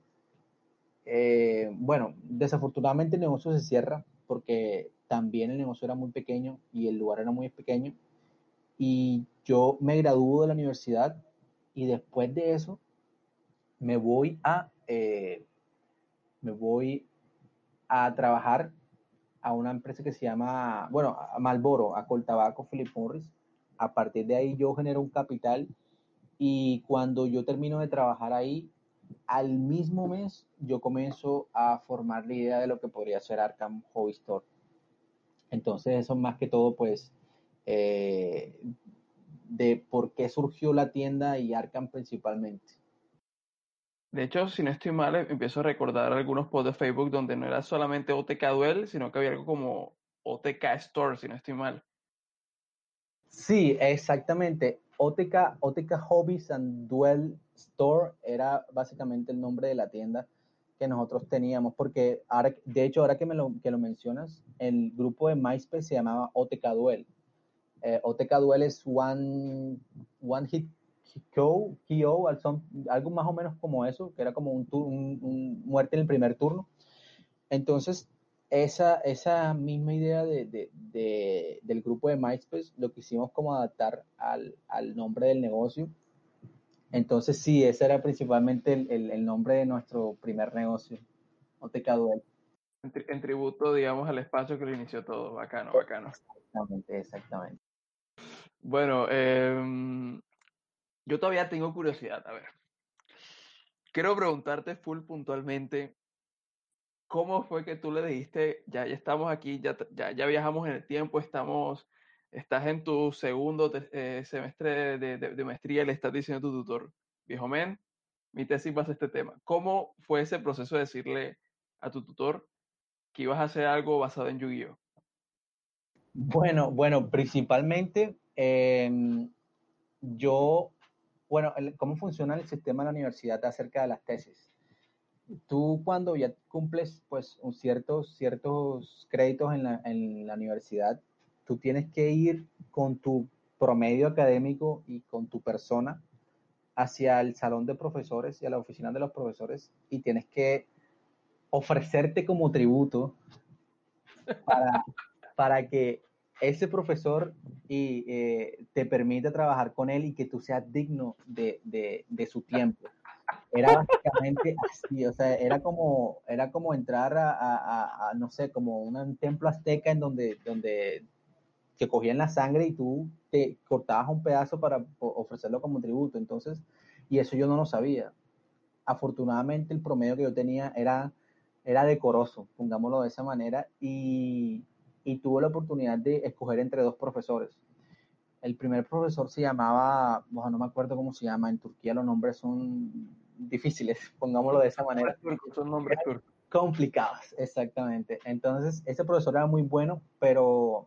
bueno, desafortunadamente el negocio se cierra porque también el negocio era muy pequeño y el lugar era muy pequeño, y yo me gradúo de la universidad, y después de eso me voy a, eh, me voy a trabajar a una empresa que se llama, bueno, a Marlboro, a Coltabaco Philip Morris. A partir de ahí yo genero un capital, y cuando yo termino de trabajar ahí, al mismo mes yo comienzo a formar la idea de lo que podría ser Arkham Hobby Store. Entonces eso más que todo pues eh, de por qué surgió la tienda y Arkham principalmente. De hecho, si no estoy mal, empiezo a recordar algunos posts de Facebook donde no era solamente OTK Duel, sino que había algo como OTK Store, si no estoy mal. Sí, exactamente. OTK Hobbies and Duel Store era básicamente el nombre de la tienda que nosotros teníamos, porque ahora, de hecho, ahora que lo mencionas, el grupo de MySpace se llamaba OTK Duel. OTK Duel es One Hit KO, algo más o menos como eso, que era como un muerte en el primer turno. Entonces, esa misma idea del grupo de MySpace lo quisimos como adaptar al nombre del negocio. Entonces, sí, ese era principalmente el nombre de nuestro primer negocio, OTK Duel. En tributo, digamos, al espacio que lo inició todo. Bacano, bacano. Exactamente, exactamente. Bueno, yo todavía tengo curiosidad. A ver, quiero preguntarte full puntualmente, ¿cómo fue que tú le dijiste, ya estamos aquí, ya viajamos en el tiempo, estás en tu segundo semestre de maestría y le estás diciendo a tu tutor, viejo men, mi tesis va a ser este tema? ¿Cómo fue ese proceso de decirle a tu tutor que ibas a hacer algo basado en Yu-Gi-Oh? Bueno, principalmente yo, ¿cómo funciona el sistema de la universidad acerca de las tesis? Tú cuando ya cumples pues ciertos créditos en la universidad, tú tienes que ir con tu promedio académico y con tu persona hacia el salón de profesores y a la oficina de los profesores y tienes que ofrecerte como tributo para, para que ese profesor te permita trabajar con él y que tú seas digno de su tiempo. Era básicamente así, o sea, era como entrar no sé, como un templo azteca en donde que cogían la sangre y tú te cortabas un pedazo para ofrecerlo como tributo. Entonces, y eso yo no lo sabía. Afortunadamente el promedio que yo tenía era decoroso, pongámoslo de esa manera, y tuve la oportunidad de escoger entre dos profesores. El primer profesor se llamaba, bueno, no me acuerdo cómo se llama, en Turquía los nombres son difíciles, pongámoslo de esa manera. Son nombres turcos. Complicados, exactamente. Entonces, ese profesor era muy bueno, pero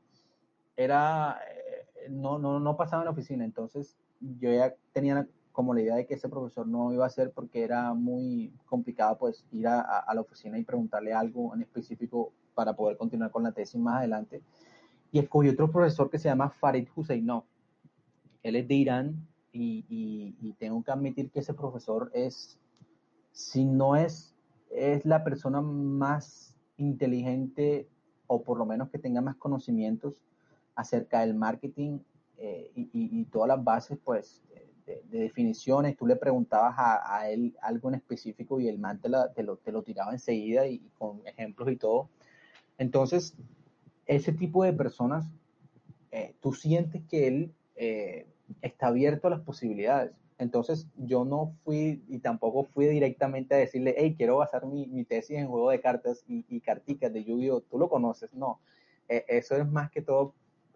no pasaba en la oficina. Entonces, yo ya tenía como la idea de que ese profesor no iba a ser porque era muy complicado pues ir a la oficina y preguntarle algo en específico para poder continuar con la tesis más adelante. Y escogí otro profesor que se llama Farid Husseinov. Él es de Irán y tengo que admitir que ese profesor si no es la persona más inteligente o por lo menos que tenga más conocimientos acerca del marketing y todas las bases pues de definiciones. Tú le preguntabas a él algo en específico y el man te lo tiraba enseguida y con ejemplos y todo. Entonces, ese tipo de personas, tú sientes que él está abierto a las posibilidades. Entonces yo no fui y tampoco fui directamente a decirle, hey, quiero basar mi tesis en juego de cartas y carticas de Yu-Gi-Oh! Tú lo conoces, no. Eso es más que todo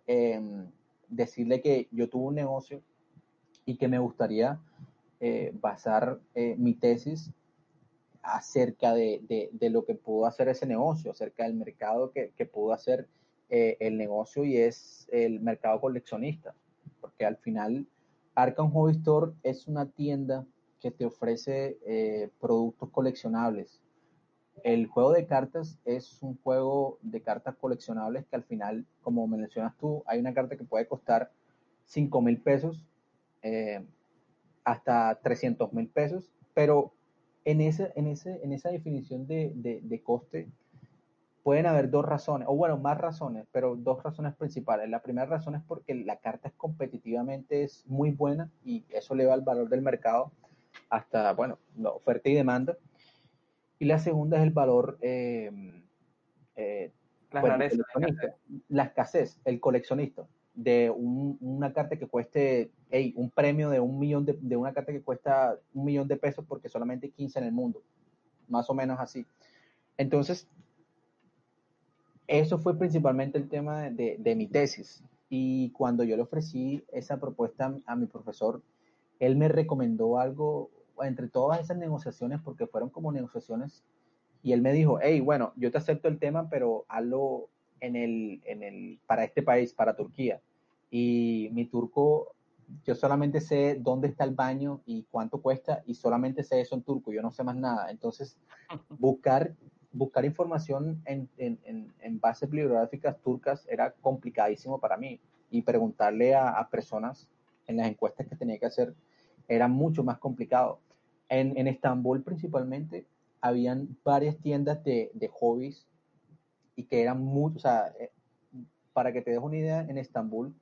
decirle que yo tuve un negocio y que me gustaría basar mi tesis acerca de lo que pudo hacer ese negocio, acerca del mercado que pudo hacer el negocio y es el mercado coleccionista, porque al final Arkham Hobby Store es una tienda que te ofrece productos coleccionables. El juego de cartas es un juego de cartas coleccionables que al final, como mencionas tú, hay una carta que puede costar 5,000 pesos eh, hasta 300,000 pesos, pero en esa definición de coste pueden haber dos razones, o bueno, más razones, pero dos razones principales. La primera razón es porque la carta es competitivamente es muy buena y eso eleva el valor del mercado hasta, bueno, la oferta y demanda. Y la segunda es el valor eh, Las pues, del rarezas, coleccionista, la escasez, el coleccionista, de una carta que cueste, hey, un premio de 1 millón de una carta que cuesta 1 millón de pesos porque solamente hay 15 en el mundo, más o menos así. Entonces, eso fue principalmente el tema de mi tesis. Y cuando yo le ofrecí esa propuesta a mi profesor, él me recomendó algo entre todas esas negociaciones, porque fueron como negociaciones y él me dijo, hey, bueno, yo te acepto el tema, pero hazlo para este país, para Turquía. Y mi turco, yo solamente sé dónde está el baño y cuánto cuesta, y solamente sé eso en turco, yo no sé más nada. Entonces, buscar, buscar información en bases bibliográficas turcas era complicadísimo para mí. Y preguntarle a personas en las encuestas que tenía que hacer era mucho más complicado. En Estambul principalmente habían varias tiendas de hobbies y que eran muy, o sea, para que te des una idea, en Estambul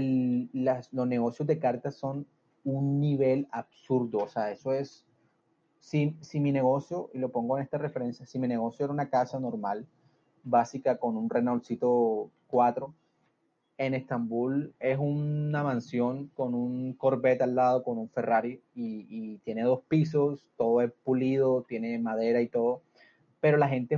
los negocios de cartas son un nivel absurdo, o sea, eso es si mi negocio, y lo pongo en esta referencia, si mi negocio era una casa normal, básica, con un Renaultcito 4, en Estambul es una mansión con un Corvette al lado, con un Ferrari, y tiene 2 pisos, todo es pulido, tiene madera y todo, pero la gente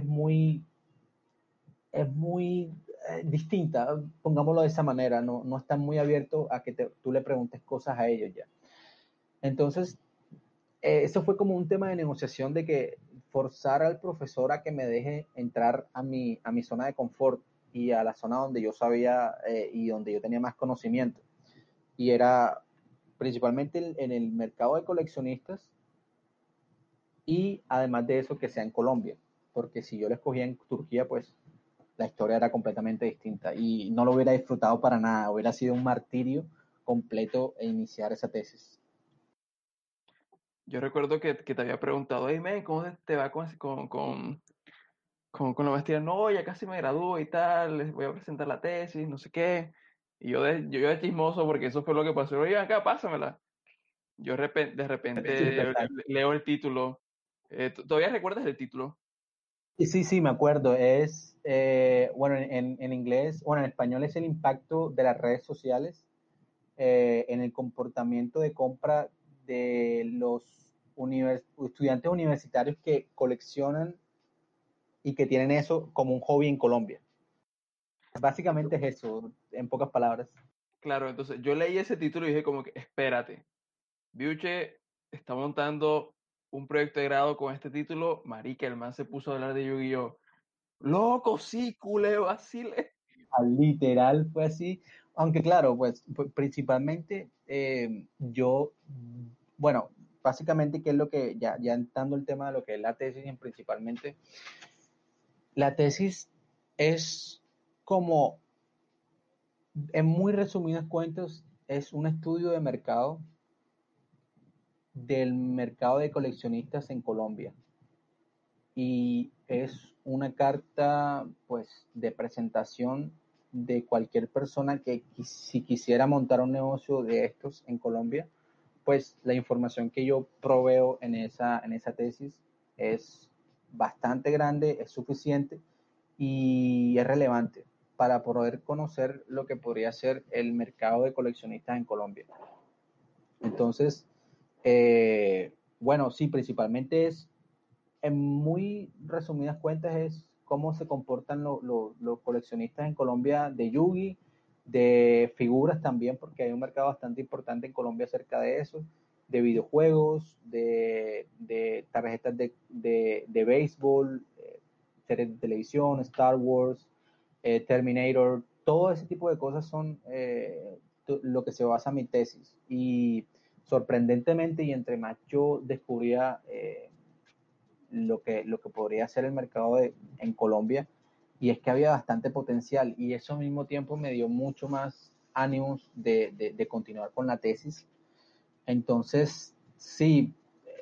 es muy distinta, pongámoslo de esa manera, no están muy abiertos a que tú le preguntes cosas a ellos ya. Entonces, eso fue como un tema de negociación, de que forzar al profesor a que me deje entrar a mi zona de confort y a la zona donde yo sabía y donde yo tenía más conocimiento. Y era principalmente en el mercado de coleccionistas, y además de eso que sea en Colombia, porque si yo lo escogía en Turquía, pues la historia era completamente distinta y no lo hubiera disfrutado para nada, hubiera sido un martirio completo iniciar esa tesis. Yo recuerdo que te había preguntado, hey, man, ¿cómo te va con la maestría? No, ya casi me gradúo y tal, les voy a presentar la tesis, no sé qué. Y yo de chismoso, porque eso fue lo que pasó. Oye, acá, pásamela. Yo de Sí, repente total. leo el título. ¿Todavía recuerdas el título? Sí, sí, me acuerdo. Es, bueno, en inglés, bueno, en español es el impacto de las redes sociales en el comportamiento de compra de los estudiantes universitarios que coleccionan y que tienen eso como un hobby en Colombia. Básicamente es eso, en pocas palabras. Claro, entonces yo leí ese título y dije como que, espérate, Biuche está montando un proyecto de grado con este título, marica, el man se puso a hablar de Yu-Gi-Oh! Loco, sí, culé, vacile. Literal fue así, aunque claro, pues principalmente yo, bueno, básicamente qué es lo que, ya entrando el tema de lo que es la tesis, principalmente, la tesis es como, en muy resumidas cuentas, es un estudio de mercado del mercado de coleccionistas en Colombia, y es una carta pues de presentación de cualquier persona que si quisiera montar un negocio de estos en Colombia, pues la información que yo proveo en esa tesis es bastante grande, es suficiente y es relevante para poder conocer lo que podría ser el mercado de coleccionistas en Colombia. Entonces, bueno, sí, principalmente es, en muy resumidas cuentas, es cómo se comportan los coleccionistas en Colombia de Yugi, de figuras también, porque hay un mercado bastante importante en Colombia acerca de eso, de videojuegos, de tarjetas de béisbol, series de televisión, Star Wars, Terminator, todo ese tipo de cosas son lo que se basa mi tesis. Y sorprendentemente, y entre más yo descubría lo que podría ser el mercado en Colombia, y es que había bastante potencial, y eso al mismo tiempo me dio mucho más ánimos de continuar con la tesis. Entonces, sí,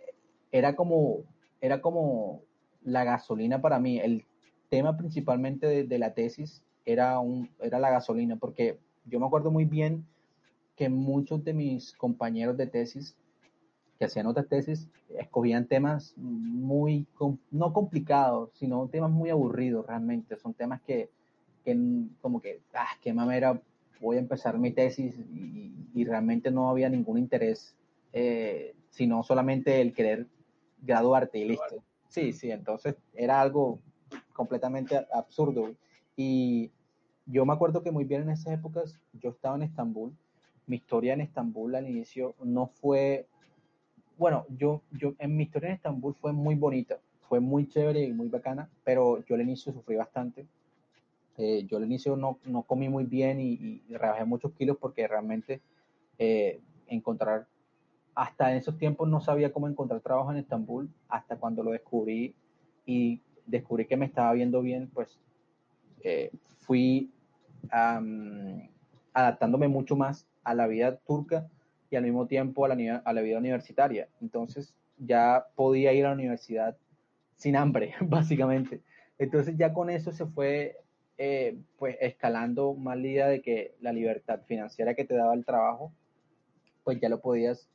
era como la gasolina para mí. El tema principalmente de la tesis era la gasolina, porque yo me acuerdo muy bien que muchos de mis compañeros de tesis que hacían otras tesis escogían temas muy, no complicados, sino temas muy aburridos realmente. Son temas que como que, qué mamera, voy a empezar mi tesis, y realmente no había ningún interés, sino solamente el querer graduarte y listo. Sí, sí, entonces era algo completamente absurdo. Y yo me acuerdo que muy bien en esas épocas yo estaba en Estambul. Mi historia en Estambul al inicio no fue, bueno, yo en mi historia en Estambul fue muy bonita, fue muy chévere y muy bacana, pero yo al inicio sufrí bastante. Yo al inicio no comí muy bien y rebajé muchos kilos, porque realmente encontrar, hasta en esos tiempos no sabía cómo encontrar trabajo en Estambul, hasta cuando lo descubrí y descubrí que me estaba viendo bien, pues fui adaptándome mucho más a la vida turca y al mismo tiempo a la vida universitaria. Entonces ya podía ir a la universidad sin hambre, básicamente. Entonces ya con eso se fue pues escalando más la idea de que la libertad financiera que te daba el trabajo, pues ya lo podías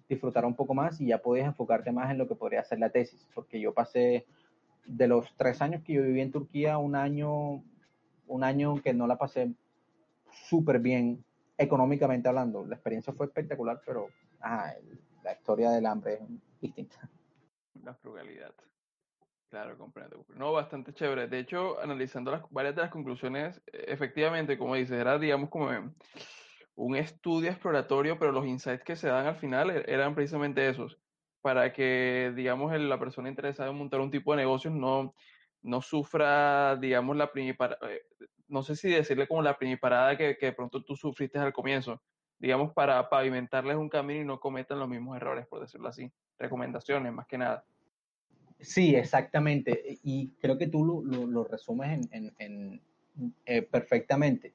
disfrutar un poco más y ya podías enfocarte más en lo que podría ser la tesis, porque yo pasé de los 3 años que yo viví en Turquía, un año que no la pasé súper bien económicamente hablando. La experiencia fue espectacular, pero la historia del hambre es distinta. La frugalidad. Claro, comprendo. No, bastante chévere. De hecho, analizando varias de las conclusiones, efectivamente, como dices, era, digamos, como un estudio exploratorio, pero los insights que se dan al final eran precisamente esos, para que, digamos, la persona interesada en montar un tipo de negocios no sufra, digamos, no sé si decirle como la primiparada que de pronto tú sufriste al comienzo, digamos, para pavimentarles un camino y no cometan los mismos errores, por decirlo así. Recomendaciones, más que nada. Sí, exactamente. Y creo que tú lo resumes perfectamente.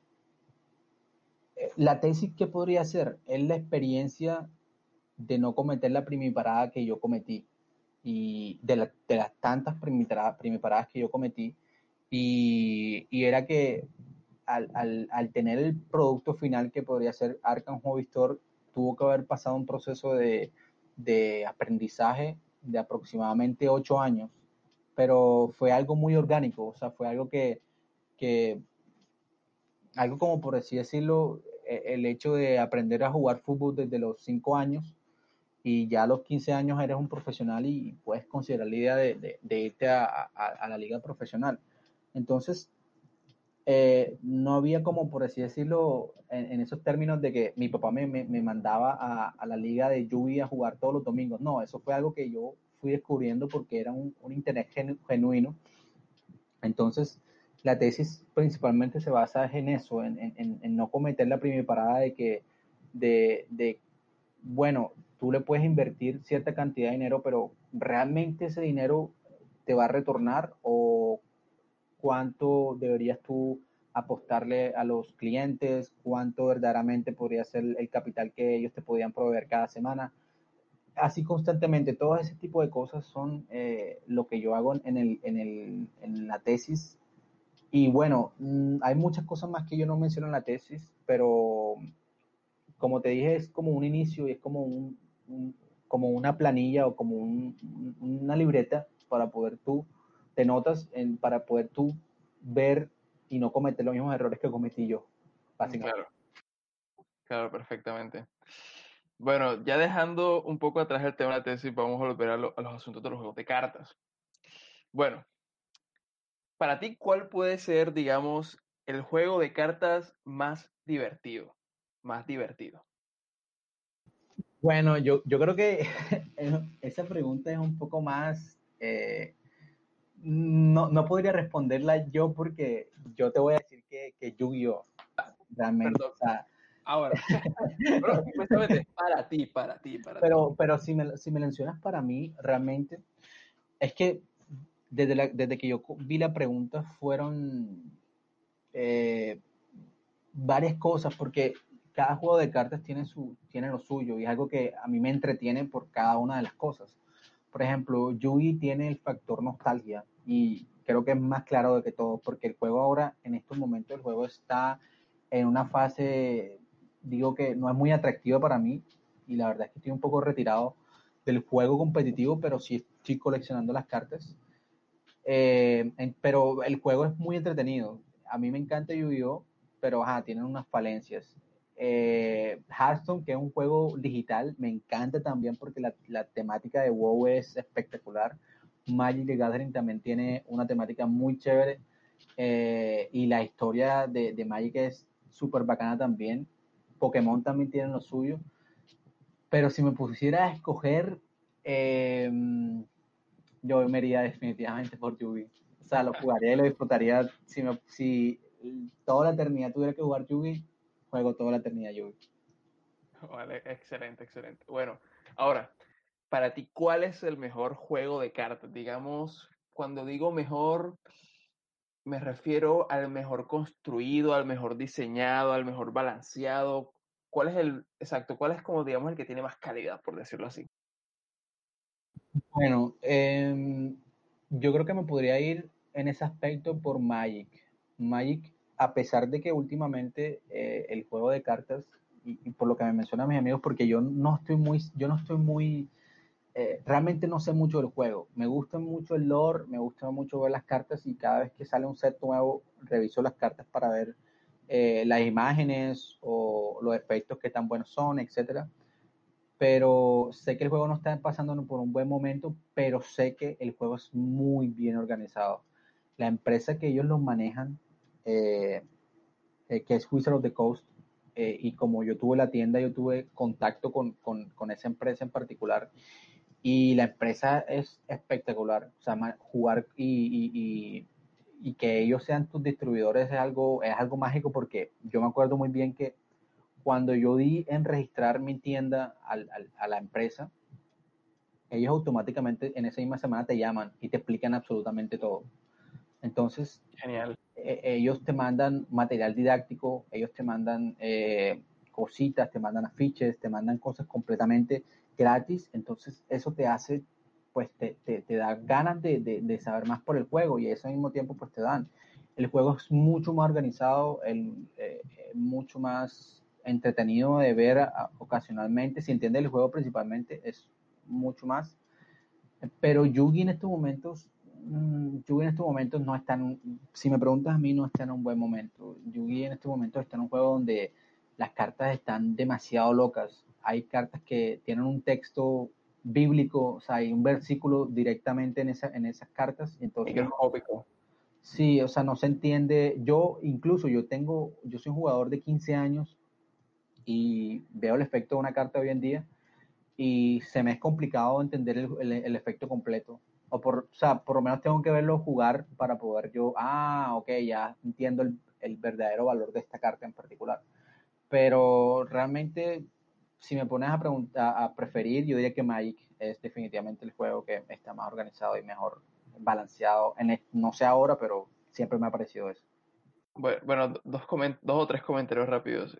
La tesis, ¿qué podría ser? Es la experiencia de no cometer la primiparada que yo cometí y de las tantas primiparadas que yo cometí y era que al tener el producto final que podría ser Arkham Hobby Store, tuvo que haber pasado un proceso de aprendizaje de aproximadamente 8 años, pero fue algo muy orgánico, o sea, fue que algo como por así decirlo, el hecho de aprender a jugar fútbol desde los 5 años y ya a los 15 años eres un profesional y puedes considerar la idea de irte a la liga profesional. Entonces, no había como, por así decirlo, en esos términos de que mi papá me mandaba a la liga de Yubi a jugar todos los domingos. No, eso fue algo que yo fui descubriendo porque era un interés genuino. Entonces, la tesis principalmente se basa en eso, en no cometer la primera parada de bueno, tú le puedes invertir cierta cantidad de dinero, pero ¿realmente ese dinero te va a retornar o cuánto deberías tú apostarle a los clientes, cuánto verdaderamente podría ser el capital que ellos te podían proveer cada semana? Así constantemente, todo ese tipo de cosas son lo que yo hago en la tesis. Y bueno, hay muchas cosas más que yo no menciono en la tesis, pero como te dije, es como un inicio y es como como una planilla o como una libreta para poder tú, te notas para poder tú ver y no cometer los mismos errores que cometí yo, básicamente. Claro, claro, perfectamente. Bueno, ya dejando un poco atrás el tema de la tesis, vamos a volver a los asuntos de los juegos de cartas. Bueno, para ti, ¿cuál puede ser, digamos, el juego de cartas más divertido? Más divertido. Bueno, yo creo que esa pregunta es un poco más, no podría responderla yo porque yo te voy a decir que Yu-Gi-Oh! Realmente, Perdón. o sea, Ahora, bueno, supuestamente, para ti. pero si me mencionas para mí, realmente, es que desde que yo vi la pregunta fueron eh, varias cosas, porque cada juego de cartas tiene lo suyo y es algo que a mí me entretiene por cada una de las cosas. Por ejemplo, Yugi tiene el factor nostalgia y creo que es más claro de que todo, porque el juego ahora, en estos momentos, el juego está en una fase, digo que no es muy atractiva para mí y la verdad es que estoy un poco retirado del juego competitivo, pero sí estoy coleccionando las cartas. Pero el juego es muy entretenido. A mí me encanta Yu-Gi-Oh, pero tienen unas falencias. Hearthstone, que es un juego digital, me encanta también porque la temática de WoW es espectacular. Magic the Gathering también tiene una temática muy chévere y la historia de Magic es súper bacana también. Pokémon también tiene lo suyo. Pero si me pusiera a escoger, eh, yo me iría definitivamente por Yugi. O sea, lo jugaría y lo disfrutaría. Si toda la eternidad tuviera que jugar Yugi, juego toda la eternidad Yugi. Vale, excelente, excelente. Bueno, ahora, para ti, ¿cuál es el mejor juego de cartas? Digamos, cuando digo mejor, me refiero al mejor construido, al mejor diseñado, al mejor balanceado. ¿Cuál es exacto, cuál es como, digamos, el que tiene más calidad, por decirlo así? Bueno, yo creo que me podría ir en ese aspecto por Magic. Magic, a pesar de que últimamente el juego de cartas y por lo que me mencionan mis amigos, porque yo no estoy muy, realmente no sé mucho del juego. Me gusta mucho el lore, me gusta mucho ver las cartas y cada vez que sale un set nuevo, reviso las cartas para ver las imágenes o los efectos que tan buenos son, etcétera. Pero sé que el juego no está pasando por un buen momento, pero sé que el juego es muy bien organizado. La empresa que ellos lo manejan, eh, que es Wizard of the Coast, y como yo tuve la tienda, yo tuve contacto con esa empresa en particular, y la empresa es espectacular. O sea, jugar y que ellos sean tus distribuidores es algo mágico, porque yo me acuerdo muy bien que cuando yo di en registrar mi tienda a la empresa, ellos automáticamente en esa misma semana te llaman y te explican absolutamente todo. Entonces, Genial. ellos te mandan material didáctico, ellos te mandan cositas, te mandan afiches, te mandan cosas completamente gratis. Entonces, eso te hace, pues te da ganas de saber más por el juego, y eso al mismo tiempo pues te dan. El juego es mucho más organizado, mucho más entretenido de ver ocasionalmente. Si entiendes el juego principalmente, es mucho más. Pero Yugi en estos momentos no está si me preguntas a mí, no está en un buen momento. Yugi en estos momentos está en un juego donde las cartas están demasiado locas. Hay cartas que tienen un texto bíblico, o sea, hay un versículo directamente en esas cartas. Entonces, Microscópico. sí, o sea, no se entiende. Yo soy un jugador de 15 años y veo el efecto de una carta hoy en día, y se me es complicado entender el efecto completo. O sea, por lo menos tengo que verlo jugar para poder ok, ya entiendo el verdadero valor de esta carta en particular. Pero realmente, si me pones a preguntar, a preferir, yo diría que Magic es definitivamente el juego que está más organizado y mejor balanceado. No sé ahora, pero siempre me ha parecido eso. Bueno, dos o tres comentarios rápidos.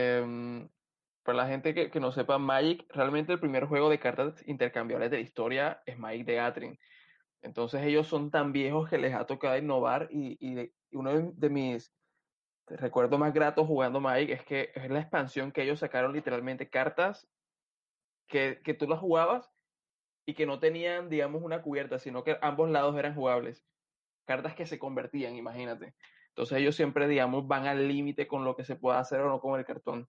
Para la gente que no sepa, Magic, realmente el primer juego de cartas intercambiables de la historia es Magic the Gathering. Entonces ellos son tan viejos que les ha tocado innovar, y uno de mis recuerdos más gratos jugando Magic es que es la expansión que ellos sacaron, literalmente cartas que tú las jugabas y que no tenían, digamos, una cubierta, sino que ambos lados eran jugables. Cartas que se convertían, imagínate. Entonces ellos siempre, digamos, van al límite con lo que se puede hacer o no con el cartón.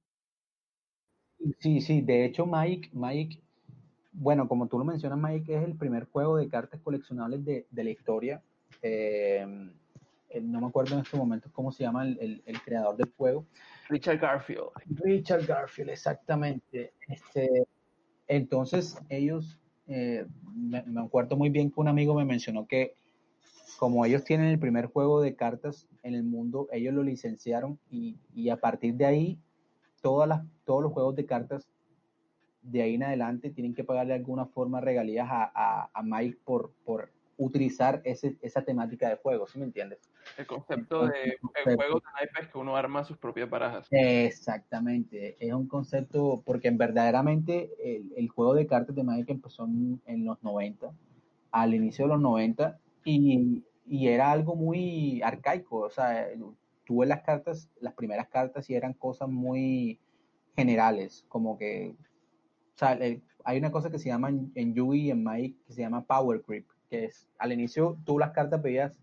Sí, sí, de hecho Magic, bueno, como tú lo mencionas, Magic es el primer juego de cartas coleccionables de la historia. Eh, no me acuerdo en este momento cómo se llama el creador del juego. Richard Garfield. Richard Garfield, exactamente. Entonces, ellos, me acuerdo muy bien que un amigo me mencionó que como ellos tienen el primer juego de cartas en el mundo, ellos lo licenciaron, y a partir de ahí, todos los juegos de cartas de ahí en adelante tienen que pagarle de alguna forma regalías a Mike por utilizar esa temática de juego, ¿sí me entiendes? El concepto Entonces, de el juego de naipes que uno arma sus propias barajas. exactamente, es un concepto, porque verdaderamente el juego de cartas de Magic empezó en los 90, al inicio de los 90, y era algo muy arcaico. O sea, tú ves las cartas, las primeras cartas, y eran cosas muy generales, como que, o sea, hay una cosa que se llama en Yugi y en Magic que se llama Power Creep, que es, al inicio tú las cartas veías,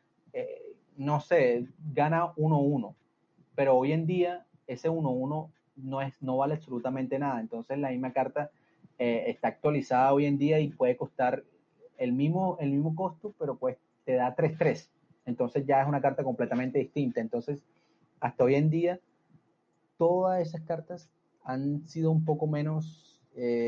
no sé, gana 1-1, pero hoy en día ese 1-1 no vale absolutamente nada. Entonces la misma carta está actualizada hoy en día y puede costar el mismo costo, pero pues te da 3-3. Entonces ya es una carta completamente distinta. Entonces, hasta hoy en día, todas esas cartas han sido un poco menos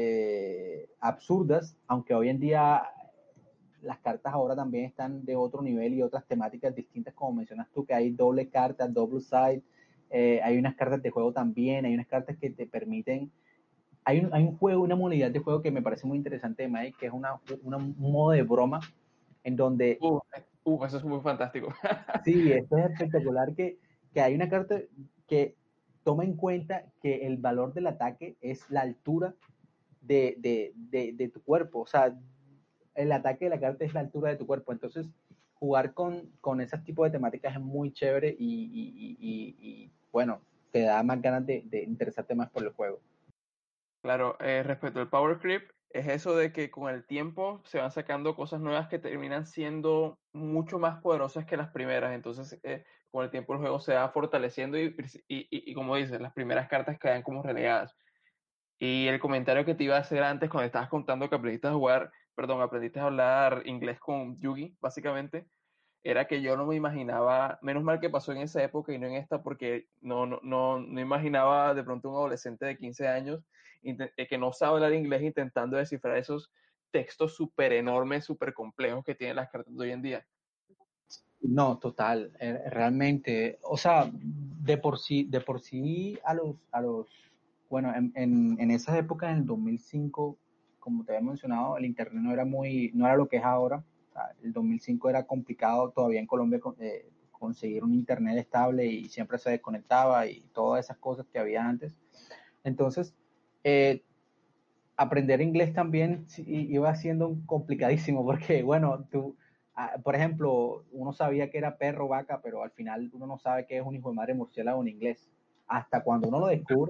absurdas, aunque hoy en día las cartas ahora también están de otro nivel y otras temáticas distintas, como mencionas tú, que hay doble carta, double side, hay unas cartas de juego también, hay unas cartas que te permiten, hay un juego, una modalidad de juego que me parece muy interesante de Magic, que es un modo de broma, en donde, Eso es muy fantástico. sí, esto es espectacular, que hay una carta que toma en cuenta que el valor del ataque es la altura de tu cuerpo. O sea, el ataque de la carta es la altura de tu cuerpo. Entonces, jugar con ese tipo de temáticas es muy chévere, y bueno, te da más ganas de interesarte más por el juego. Claro, respecto al Power Creep, es eso de que con el tiempo se van sacando cosas nuevas que terminan siendo mucho más poderosas que las primeras. Entonces, con el tiempo el juego se va fortaleciendo y como dices, las primeras cartas quedan como relegadas. Y el comentario que te iba a hacer antes cuando estabas contando que aprendiste a jugar, perdón, aprendiste a hablar inglés con Yugi, básicamente, era que yo no me imaginaba, menos mal que pasó en esa época y no en esta, porque no imaginaba de pronto un adolescente de 15 años que no sabe hablar inglés intentando descifrar esos textos súper enormes, súper complejos que tienen las cartas de hoy en día. No, total, realmente, o sea, de por sí bueno, en esas épocas, en el 2005, como te había mencionado, el internet no era lo que es ahora. O sea, el 2005 era complicado todavía en Colombia conseguir un internet estable y siempre se desconectaba y todas esas cosas que había antes. Entonces, eh, aprender inglés también sí, iba siendo complicadísimo porque, bueno, por ejemplo, uno sabía que era perro, vaca, pero al final uno no sabe qué es un hijo de madre murciélago en inglés. Hasta cuando uno lo descubre,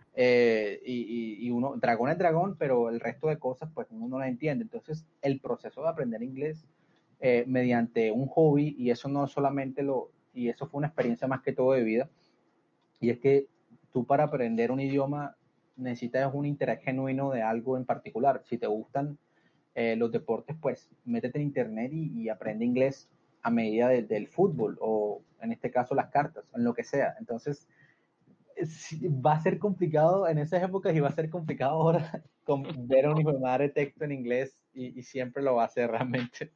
y uno, dragón es dragón, pero el resto de cosas, pues uno no las entiende. Entonces, el proceso de aprender inglés mediante un hobby, y eso no solamente y eso fue una experiencia más que todo de vida, y es que tú para aprender un idioma necesitas un interés genuino de algo en particular. Si te gustan los deportes, pues métete en internet y aprende inglés a medida del fútbol o en este caso las cartas, en lo que sea. Entonces, va a ser complicado en esas épocas y va a ser complicado ahora ver a un hijo de madre texto en inglés y siempre lo va a hacer realmente.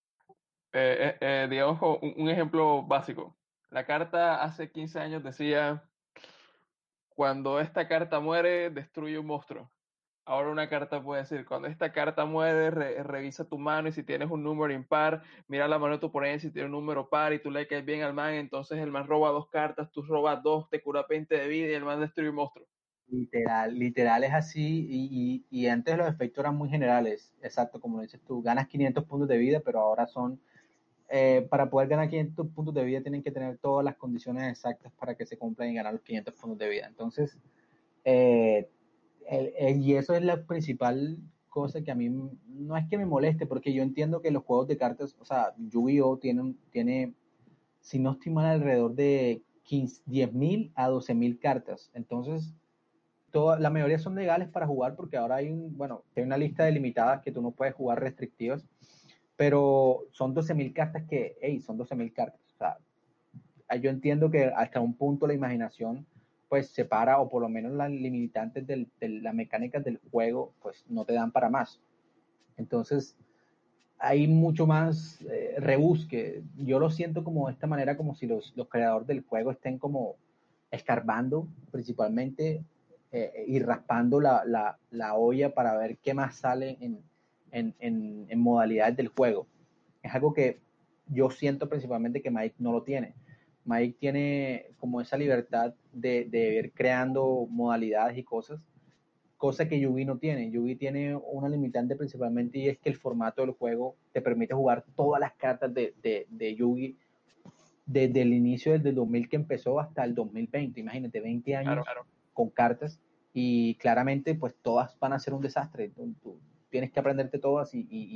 Digamos, un ejemplo básico. La carta hace 15 años decía, cuando esta carta muere, destruye un monstruo. Ahora una carta puede decir, cuando esta carta muere, revisa tu mano y si tienes un número impar, mira la mano de tu oponente si tiene un número par y tú le caes bien al man, entonces el man roba dos cartas, tú robas dos, te cura 20 de vida y el man destruye un monstruo. Literal, literal es así y antes los efectos eran muy generales, exacto, como dices tú, ganas 500 puntos de vida, pero ahora para poder ganar 500 puntos de vida tienen que tener todas las condiciones exactas para que se cumplan y ganar los 500 puntos de vida. Entonces, eh, y eso es la principal cosa que a mí no es que me moleste, porque yo entiendo que los juegos de cartas, o sea, Yu-Gi-Oh tiene, si no estoy mal, alrededor de 10.000 a 12.000 cartas. Entonces, la mayoría son legales para jugar porque ahora bueno, hay una lista de limitadas que tú no puedes jugar restrictivas, pero son 12.000 cartas que, hey, son 12.000 cartas. O sea, yo entiendo que hasta un punto la imaginación pues separa o por lo menos las limitantes de las mecánicas del juego pues no te dan para más. Entonces hay mucho más rebusque. Yo lo siento como de esta manera, como si los creadores del juego estén como escarbando principalmente y raspando la olla para ver qué más sale en modalidades del juego. Es algo que yo siento principalmente que Mike no lo tiene. Mike tiene como esa libertad de ir creando modalidades y cosas, cosa que Yugi no tiene. Yugi tiene una limitante principalmente y es que el formato del juego te permite jugar todas las cartas de Yugi desde el inicio del 2000 que empezó hasta el 2020. Imagínate, 20 Claro. años con cartas y claramente pues todas van a ser un desastre. Tú tienes que aprenderte todas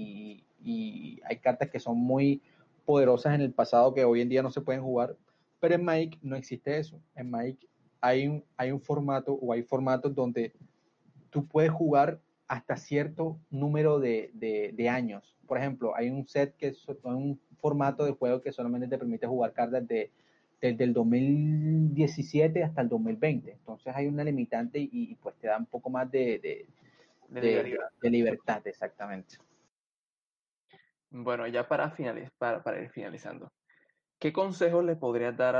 y hay cartas que son muy poderosas en el pasado que hoy en día no se pueden jugar, pero en Magic no existe eso. En Magic hay un formato o hay formatos donde tú puedes jugar hasta cierto número de años. Por ejemplo, hay un set que es un formato de juego que solamente te permite jugar cartas desde el 2017 hasta el 2020. Entonces hay una limitante y pues te da un poco más De libertad. de libertad, exactamente. Bueno, ya para ir finalizando, ¿qué consejos le podrías dar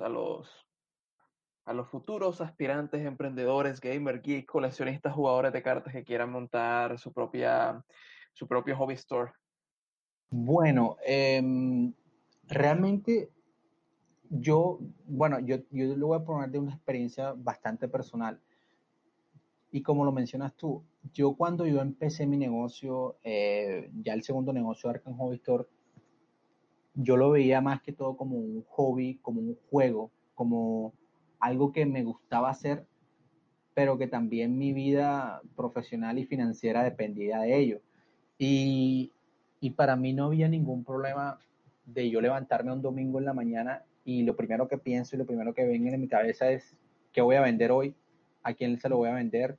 a los futuros aspirantes, emprendedores, gamer, geek, coleccionistas, jugadores de cartas que quieran montar su propio hobby store? Bueno, realmente yo lo voy a poner de una experiencia bastante personal. Y como lo mencionas tú, cuando yo empecé mi negocio, ya el segundo negocio de Arkham Hobby Store, yo lo veía más que todo como un hobby, como un juego, como algo que me gustaba hacer, pero que también mi vida profesional y financiera dependía de ello. Y, y para mí no había ningún problema de yo levantarme un domingo en la mañana y lo primero que pienso y lo primero que venga en mi cabeza es qué voy a vender hoy, a quién se lo voy a vender,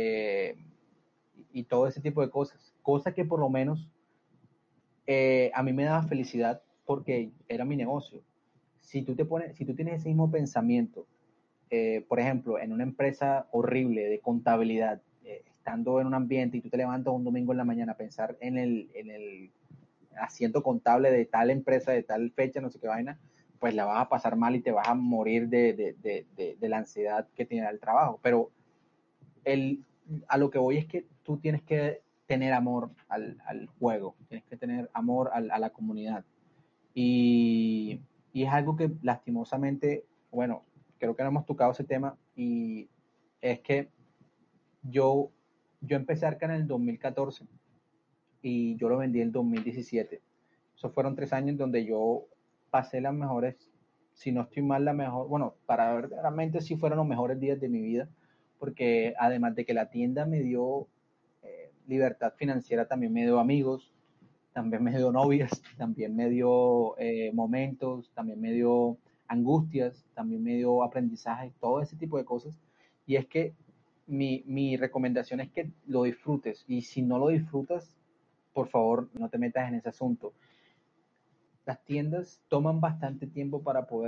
y todo ese tipo de cosas. Cosas que por lo menos a mí me daba felicidad porque era mi negocio. Si tú tienes ese mismo pensamiento, por ejemplo, en una empresa horrible de contabilidad, estando en un ambiente y tú te levantas un domingo en la mañana a pensar en el asiento contable de tal empresa, de tal fecha, no sé qué vaina, pues la vas a pasar mal y te vas a morir de la ansiedad que tiene el trabajo. Pero el, a lo que voy es que tú tienes que tener amor al juego, tienes que tener amor a la comunidad. Y, y es algo que lastimosamente, bueno, creo que no hemos tocado ese tema y es que yo, yo empecé Arca en el 2014 y yo lo vendí en el 2017. Esos fueron 3 años donde yo pasé las mejores, si no estoy mal, la mejor, bueno, para verdaderamente sí fueron los mejores días de mi vida, porque además de que la tienda me dio libertad financiera, también me dio amigos, también me dio novias, también me dio momentos, también me dio angustias, también me dio aprendizaje, todo ese tipo de cosas. Y es que mi recomendación es que lo disfrutes y si no lo disfrutas, por favor, no te metas en ese asunto. Las tiendas toman bastante tiempo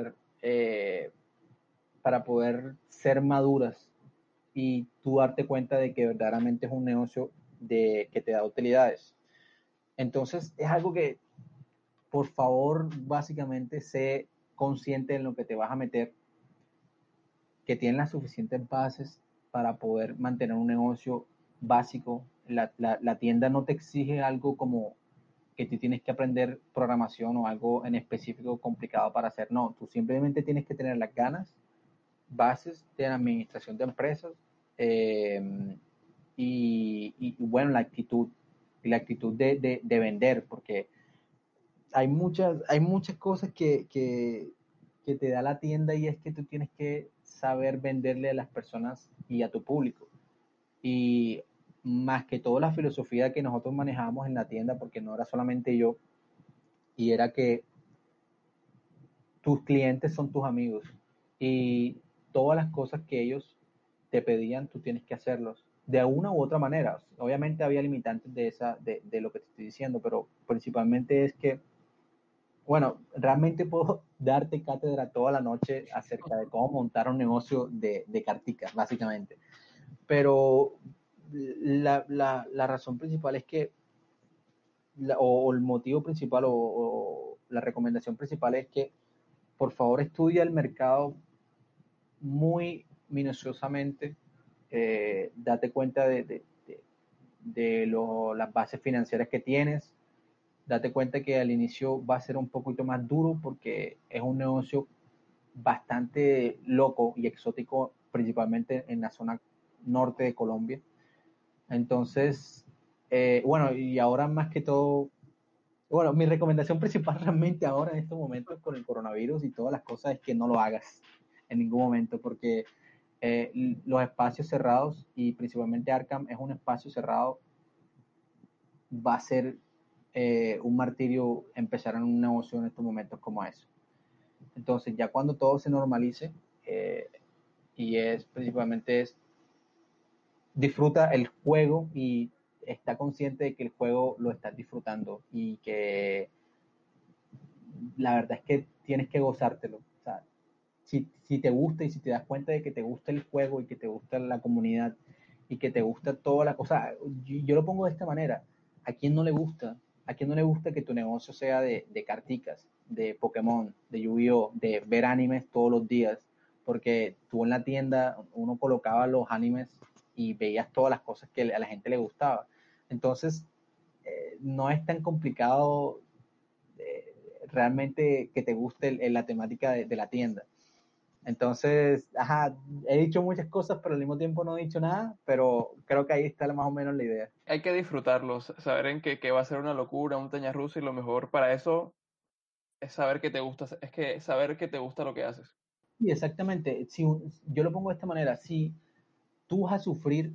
para poder ser maduras y tú darte cuenta de que verdaderamente es un negocio que te da utilidades. Entonces, es algo que, por favor, básicamente, sé consciente en lo que te vas a meter, que tienes las suficientes bases para poder mantener un negocio básico. La tienda no te exige algo como que tú tienes que aprender programación o algo en específico complicado para hacer. No, tú simplemente tienes que tener las ganas, bases de la administración de empresas, y bueno, la actitud de vender, porque hay muchas cosas que te da la tienda y es que tú tienes que saber venderle a las personas y a tu público. Y más que todo la filosofía que nosotros manejábamos en la tienda, porque no era solamente yo, y era que tus clientes son tus amigos y todas las cosas que ellos te pedían, tú tienes que hacerlos de una u otra manera. Obviamente había limitantes de lo que te estoy diciendo, pero principalmente es que, bueno, realmente puedo darte cátedra toda la noche acerca de cómo montar un negocio de carticas, básicamente. Pero la razón principal es que, o el motivo principal o la recomendación principal es que por favor estudia el mercado muy minuciosamente, date cuenta de las bases financieras que tienes, date cuenta que al inicio va a ser un poquito más duro porque es un negocio bastante loco y exótico, principalmente en la zona norte de Colombia. Entonces, bueno, y ahora más que todo, bueno, mi recomendación principal realmente ahora en estos momentos con el coronavirus y todas las cosas es que no lo hagas en ningún momento porque los espacios cerrados y principalmente Arkham es un espacio cerrado, va a ser un martirio empezar en un negocio en estos momentos como eso. Entonces ya cuando todo se normalice, y es principalmente es disfruta el juego y está consciente de que el juego lo estás disfrutando y que la verdad es que tienes que gozártelo. O sea, si te gusta y si te das cuenta de que te gusta el juego y que te gusta la comunidad y que te gusta toda la cosa, yo lo pongo de esta manera, ¿a quién no le gusta? ¿A quién no le gusta que tu negocio sea de carticas, de Pokémon, de Yu-Gi-Oh, de ver animes todos los días? Porque tú en la tienda, uno colocaba los animes y veías todas las cosas que a la gente le gustaba. Entonces, no es tan complicado realmente que te guste la temática de la tienda. Entonces, ajá, he dicho muchas cosas, pero al mismo tiempo no he dicho nada, pero creo que ahí está más o menos la idea. Hay que disfrutarlos, saber en que va a ser una locura, una montaña rusa y lo mejor para eso es saber que te gusta, es que saber que te gusta lo que haces. Sí, exactamente. Yo lo pongo de esta manera, si tú vas a sufrir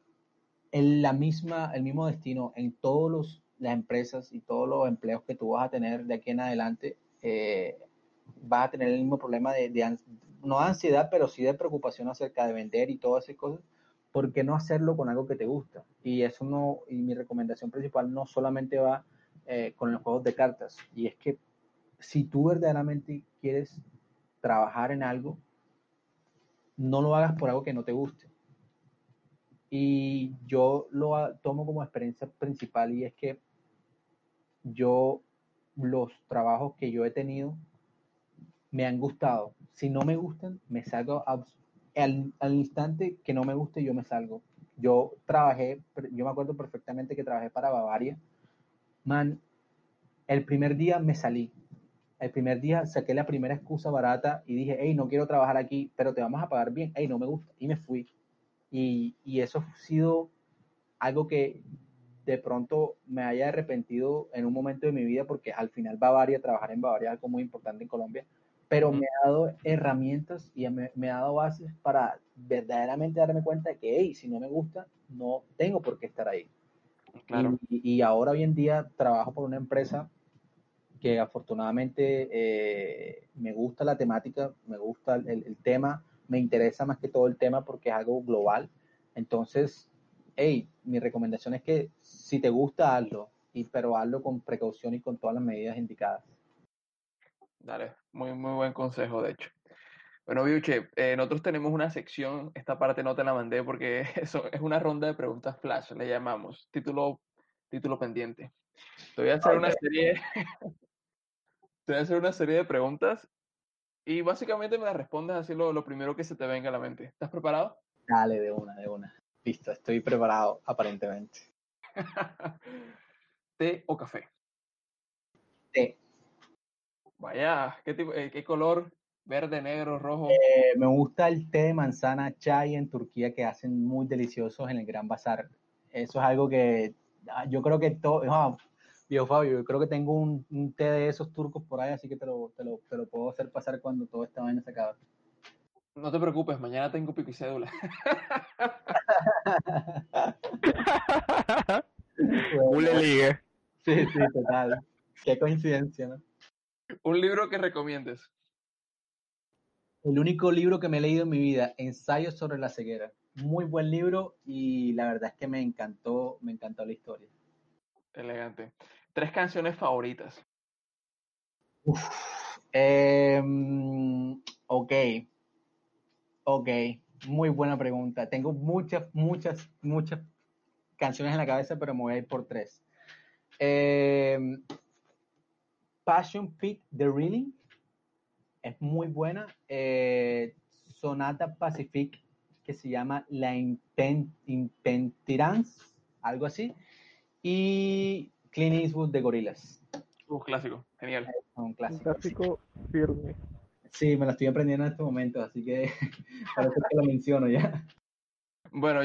el mismo destino en todas las empresas y todos los empleos que tú vas a tener de aquí en adelante, vas a tener el mismo problema no de ansiedad, pero sí de preocupación acerca de vender y todas esas cosas. ¿Por qué no hacerlo con algo que te gusta? Y eso no, y mi recomendación principal no solamente va con los juegos de cartas, y es que si tú verdaderamente quieres trabajar en algo, no lo hagas por algo que no te guste. Y yo tomo como experiencia principal, y es que yo, los trabajos que yo he tenido me han gustado. Si no me gustan, me salgo al instante que no me guste, yo me salgo. Yo me acuerdo perfectamente que trabajé para Bavaria. Man, el primer día me salí. El primer día saqué la primera excusa barata y dije, hey, no quiero trabajar aquí, pero te vamos a pagar bien. Hey, no me gusta. Y me fui. Y eso ha sido algo que de pronto me haya arrepentido en un momento de mi vida, porque al final trabajar en Bavaria es algo muy importante en Colombia, pero me ha dado herramientas y me ha dado bases para verdaderamente darme cuenta de que, hey, si no me gusta, no tengo por qué estar ahí. Claro. Y ahora hoy en día trabajo por una empresa que afortunadamente me gusta la temática, me gusta el tema, me interesa más que todo el tema porque es algo global. Entonces, hey, mi recomendación es que si te gusta, hazlo, pero hazlo con precaución y con todas las medidas indicadas. Dale, muy, muy buen consejo, de hecho. Bueno, Viuche, nosotros tenemos una sección, esta parte no te la mandé porque eso es una ronda de preguntas flash, le llamamos, título pendiente. Te voy a hacer una Okay. serie, te voy a hacer una serie de preguntas y básicamente me las respondes así lo primero que se te venga a la mente. ¿Estás preparado? Dale, de una, de una. Listo, estoy preparado, aparentemente. ¿Té o café? Té. Vaya, qué color? ¿Verde, negro, rojo? Me gusta el té de manzana chai en Turquía, que hacen muy deliciosos en el Gran Bazar. Eso es algo que yo creo que todo, viejo Fabio, yo creo que tengo un té de esos turcos por ahí, así que te lo puedo hacer pasar cuando todo esta vaina se acabe. No te preocupes, mañana tengo pico y cédula. Hule Bueno, ligue. sí, sí, total. Qué coincidencia, ¿no? Un libro que recomiendes. El único libro que me he leído en mi vida, Ensayos sobre la ceguera. Muy buen libro y la verdad es que me encantó la historia. Elegante. Tres canciones favoritas. Ok, ok, muy buena pregunta. Tengo muchas canciones en la cabeza, pero me voy a ir por tres. Eh, Passion Pit The Reeling es muy buena. Sonata Pacific, que se llama La Intentirance, algo así. Y Clint Eastwood de Gorillaz. Clásico. Genial. Son Un clásicos. Sí, clásico firme. sí, me la estoy aprendiendo en estos momentos, así que parece que lo menciono ya. Bueno,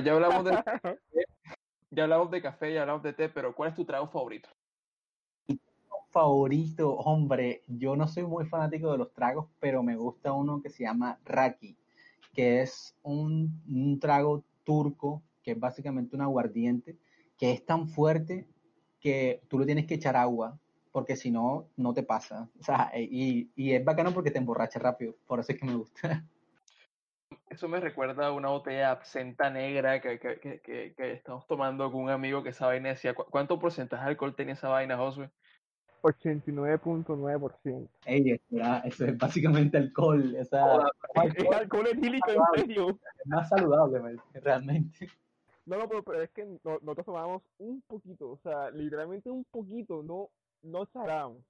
ya hablamos de café, ya hablamos de té, pero ¿cuál es tu trago favorito? Favorito, hombre, yo no soy muy fanático de los tragos, pero me gusta uno que se llama Raki, que es un trago turco, que es básicamente un aguardiente, que es tan fuerte que tú le tienes que echar agua, porque si no, no te pasa. O sea, y es bacano porque te emborracha rápido, por eso es que me gusta. Eso me recuerda a una botella de absenta negra que estamos tomando con un amigo que esa vaina decía, ¿cuánto porcentaje de alcohol tenía esa vaina, Josué? 89.9%. Ey, eso es básicamente alcohol, o sea, Joda. Es alcohol alcohol etílico, en saludable, serio. es más saludable, realmente. No, no, pero es que nosotros tomábamos un poquito, o sea, literalmente un poquito, no exageramos.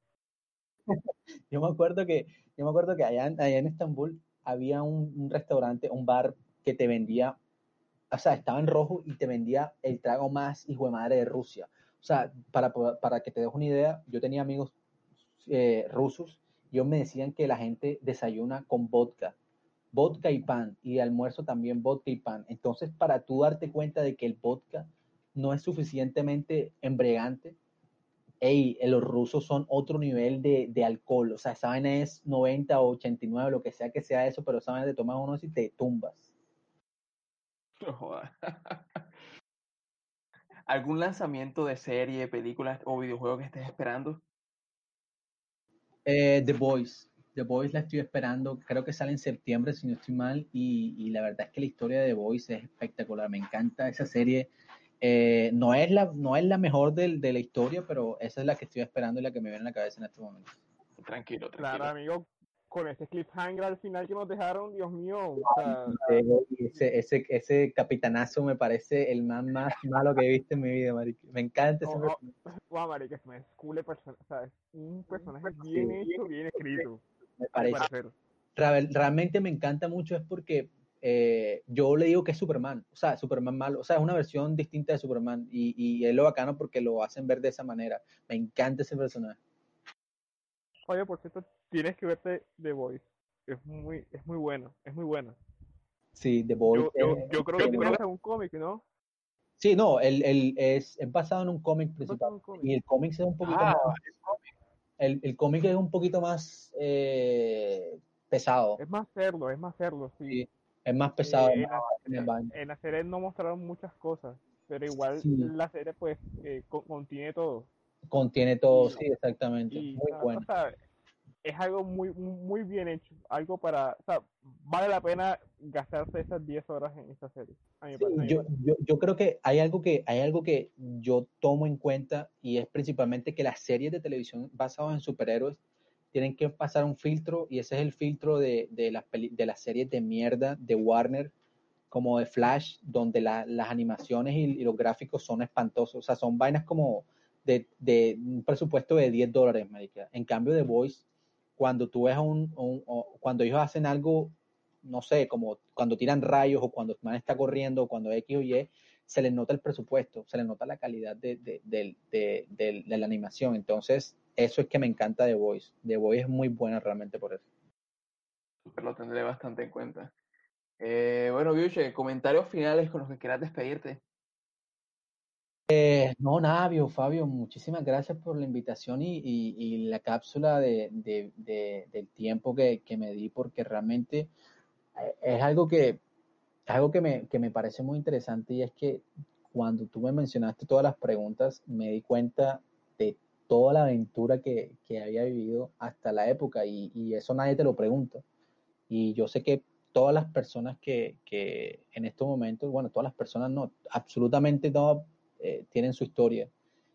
Yo me acuerdo que allá en Estambul había un restaurante, un bar que te vendía, o sea, estaba en rojo y te vendía el trago más hijo de madre de Rusia. O sea, para que te des una idea, yo tenía amigos rusos y ellos me decían que la gente desayuna con vodka y pan, y de almuerzo también vodka y pan. Entonces, para tú darte cuenta de que el vodka no es suficientemente embriagante, ey, los rusos son otro nivel de alcohol. O sea, esa vaina es 90 o 89, lo que sea eso, pero esa vaina te tomas uno y te tumbas. No joda. ¿Algún lanzamiento de serie, películas o videojuego que estés esperando? The Boys. The Boys la estoy esperando, creo que sale en septiembre, si no estoy mal, y la verdad es que la historia de The Boys es espectacular, me encanta esa serie. No es la mejor de la historia, pero esa es la que estoy esperando y la que me viene a la cabeza en este momento. Tranquilo, Claro, tranquilo. amigo, con ese cliffhanger al final que nos dejaron, Dios mío, o sea, Ese capitanazo me parece el más malo que he visto en mi vida, marica. Me encanta ese oh, personaje. wow, marica, es un cool persona, o sea, es un personaje bien Sí, hecho, bien escrito, me a mi parece. parecer. Realmente me encanta mucho es porque yo le digo que es Superman, o sea, Superman malo, o sea, es una versión distinta de Superman y es lo bacano porque lo hacen ver de esa manera. Me encanta ese personaje. Oye, por cierto, tienes que verte The Voice, es muy bueno, es muy bueno. Sí, The Boys Yo creo que tiene excelente. hasta un cómic, ¿no? Sí, no, es basado en un cómic Es basado principal en un cómic. y el cómic es un poquito Ah, más, el cómic es un poquito más pesado, Es más cerdo, sí. sí, es más pesado, En la, más vaina. en la serie no mostraron muchas cosas, pero igual Sí, la serie pues contiene todo. contiene todo, Y, sí, exactamente, y muy o bueno. sea, es algo muy bien hecho, algo para, o sea, vale la pena gastarse esas 10 horas en esta serie, a mi Sí, parecer. yo creo que hay algo que yo tomo en cuenta y es principalmente que las series de televisión basadas en superhéroes tienen que pasar un filtro y ese es el filtro de las series de mierda de Warner como de Flash, donde las animaciones y los gráficos son espantosos, o sea, son vainas como de un presupuesto de $10, marica. En cambio, The Voice, cuando tú ves cuando ellos hacen algo, no sé, como cuando tiran rayos o cuando el man está corriendo o cuando X o Y, se les nota el presupuesto, se les nota la calidad de la animación. Entonces, eso es que me encanta de Voice. The Voice es muy buena realmente por eso. super, lo tendré bastante en cuenta. Bueno, Viuche, comentarios finales con los que quieras despedirte. No, nada, Fabio, muchísimas gracias por la invitación y la cápsula del tiempo que me di, porque realmente es algo que me parece muy interesante y es que cuando tú me mencionaste todas las preguntas, me di cuenta de toda la aventura que había vivido hasta la época y eso nadie te lo pregunta. Y yo sé que todas las personas que en estos momentos, bueno, todas las personas no, absolutamente todas tienen su historia.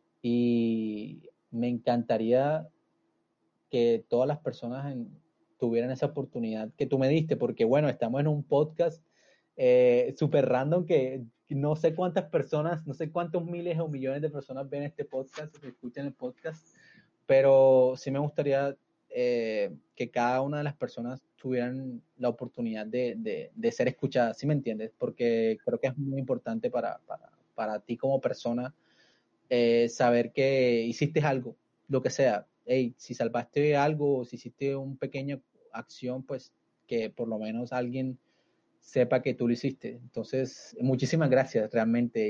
Y me encantaría que todas las personas tuvieran esa oportunidad que tú me diste, porque bueno, estamos en un podcast súper random que no sé cuántas personas, no sé cuántos miles o millones de personas ven este podcast, escuchan el podcast, pero sí me gustaría que cada una de las personas tuvieran la oportunidad de ser escuchadas, ¿sí me entiendes? Porque creo que es muy importante para ti como persona saber que hiciste algo, lo que sea. Hey, si salvaste algo, si hiciste una pequeña acción, pues que por lo menos alguien sepa que tú lo hiciste. Entonces, muchísimas gracias realmente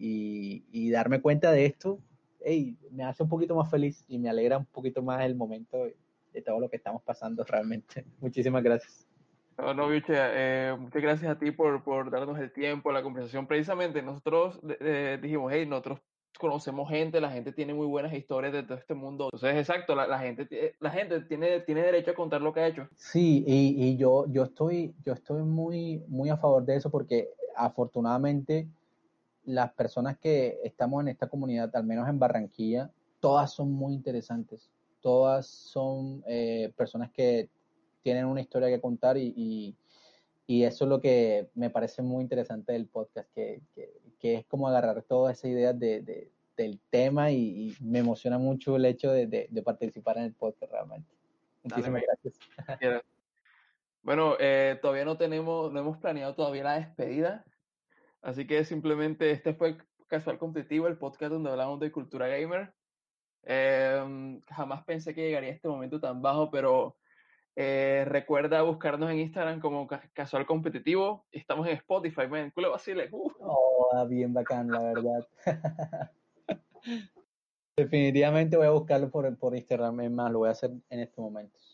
y darme cuenta de esto, hey, me hace un poquito más feliz y me alegra un poquito más el momento de todo lo que estamos pasando realmente. Muchísimas gracias. No, no, Viuche, muchas gracias a ti por darnos el tiempo, la conversación. Precisamente nosotros dijimos, hey, nosotros conocemos gente, la gente tiene muy buenas historias de todo este mundo. Entonces, exacto, la gente tiene derecho a contar lo que ha hecho. Sí, y yo estoy muy a favor de eso porque afortunadamente las personas que estamos en esta comunidad, al menos en Barranquilla, todas son muy interesantes. Todas son personas que tienen una historia que contar y eso es lo que me parece muy interesante del podcast, que es como agarrar todas esas ideas del tema y me emociona mucho el hecho de participar en el podcast realmente. Dale, Muchísimas me gracias. quieras. Bueno, todavía no hemos planeado todavía la despedida, así que simplemente este fue Casual Competitivo, el podcast donde hablamos de cultura gamer. Jamás pensé que llegaría a este momento tan bajo, pero recuerda buscarnos en Instagram como Casual Competitivo. Estamos en Spotify, man. Culo vacile. Oh, bien bacán, la verdad. Definitivamente voy a buscarlo por Instagram, es más, lo voy a hacer en estos momentos.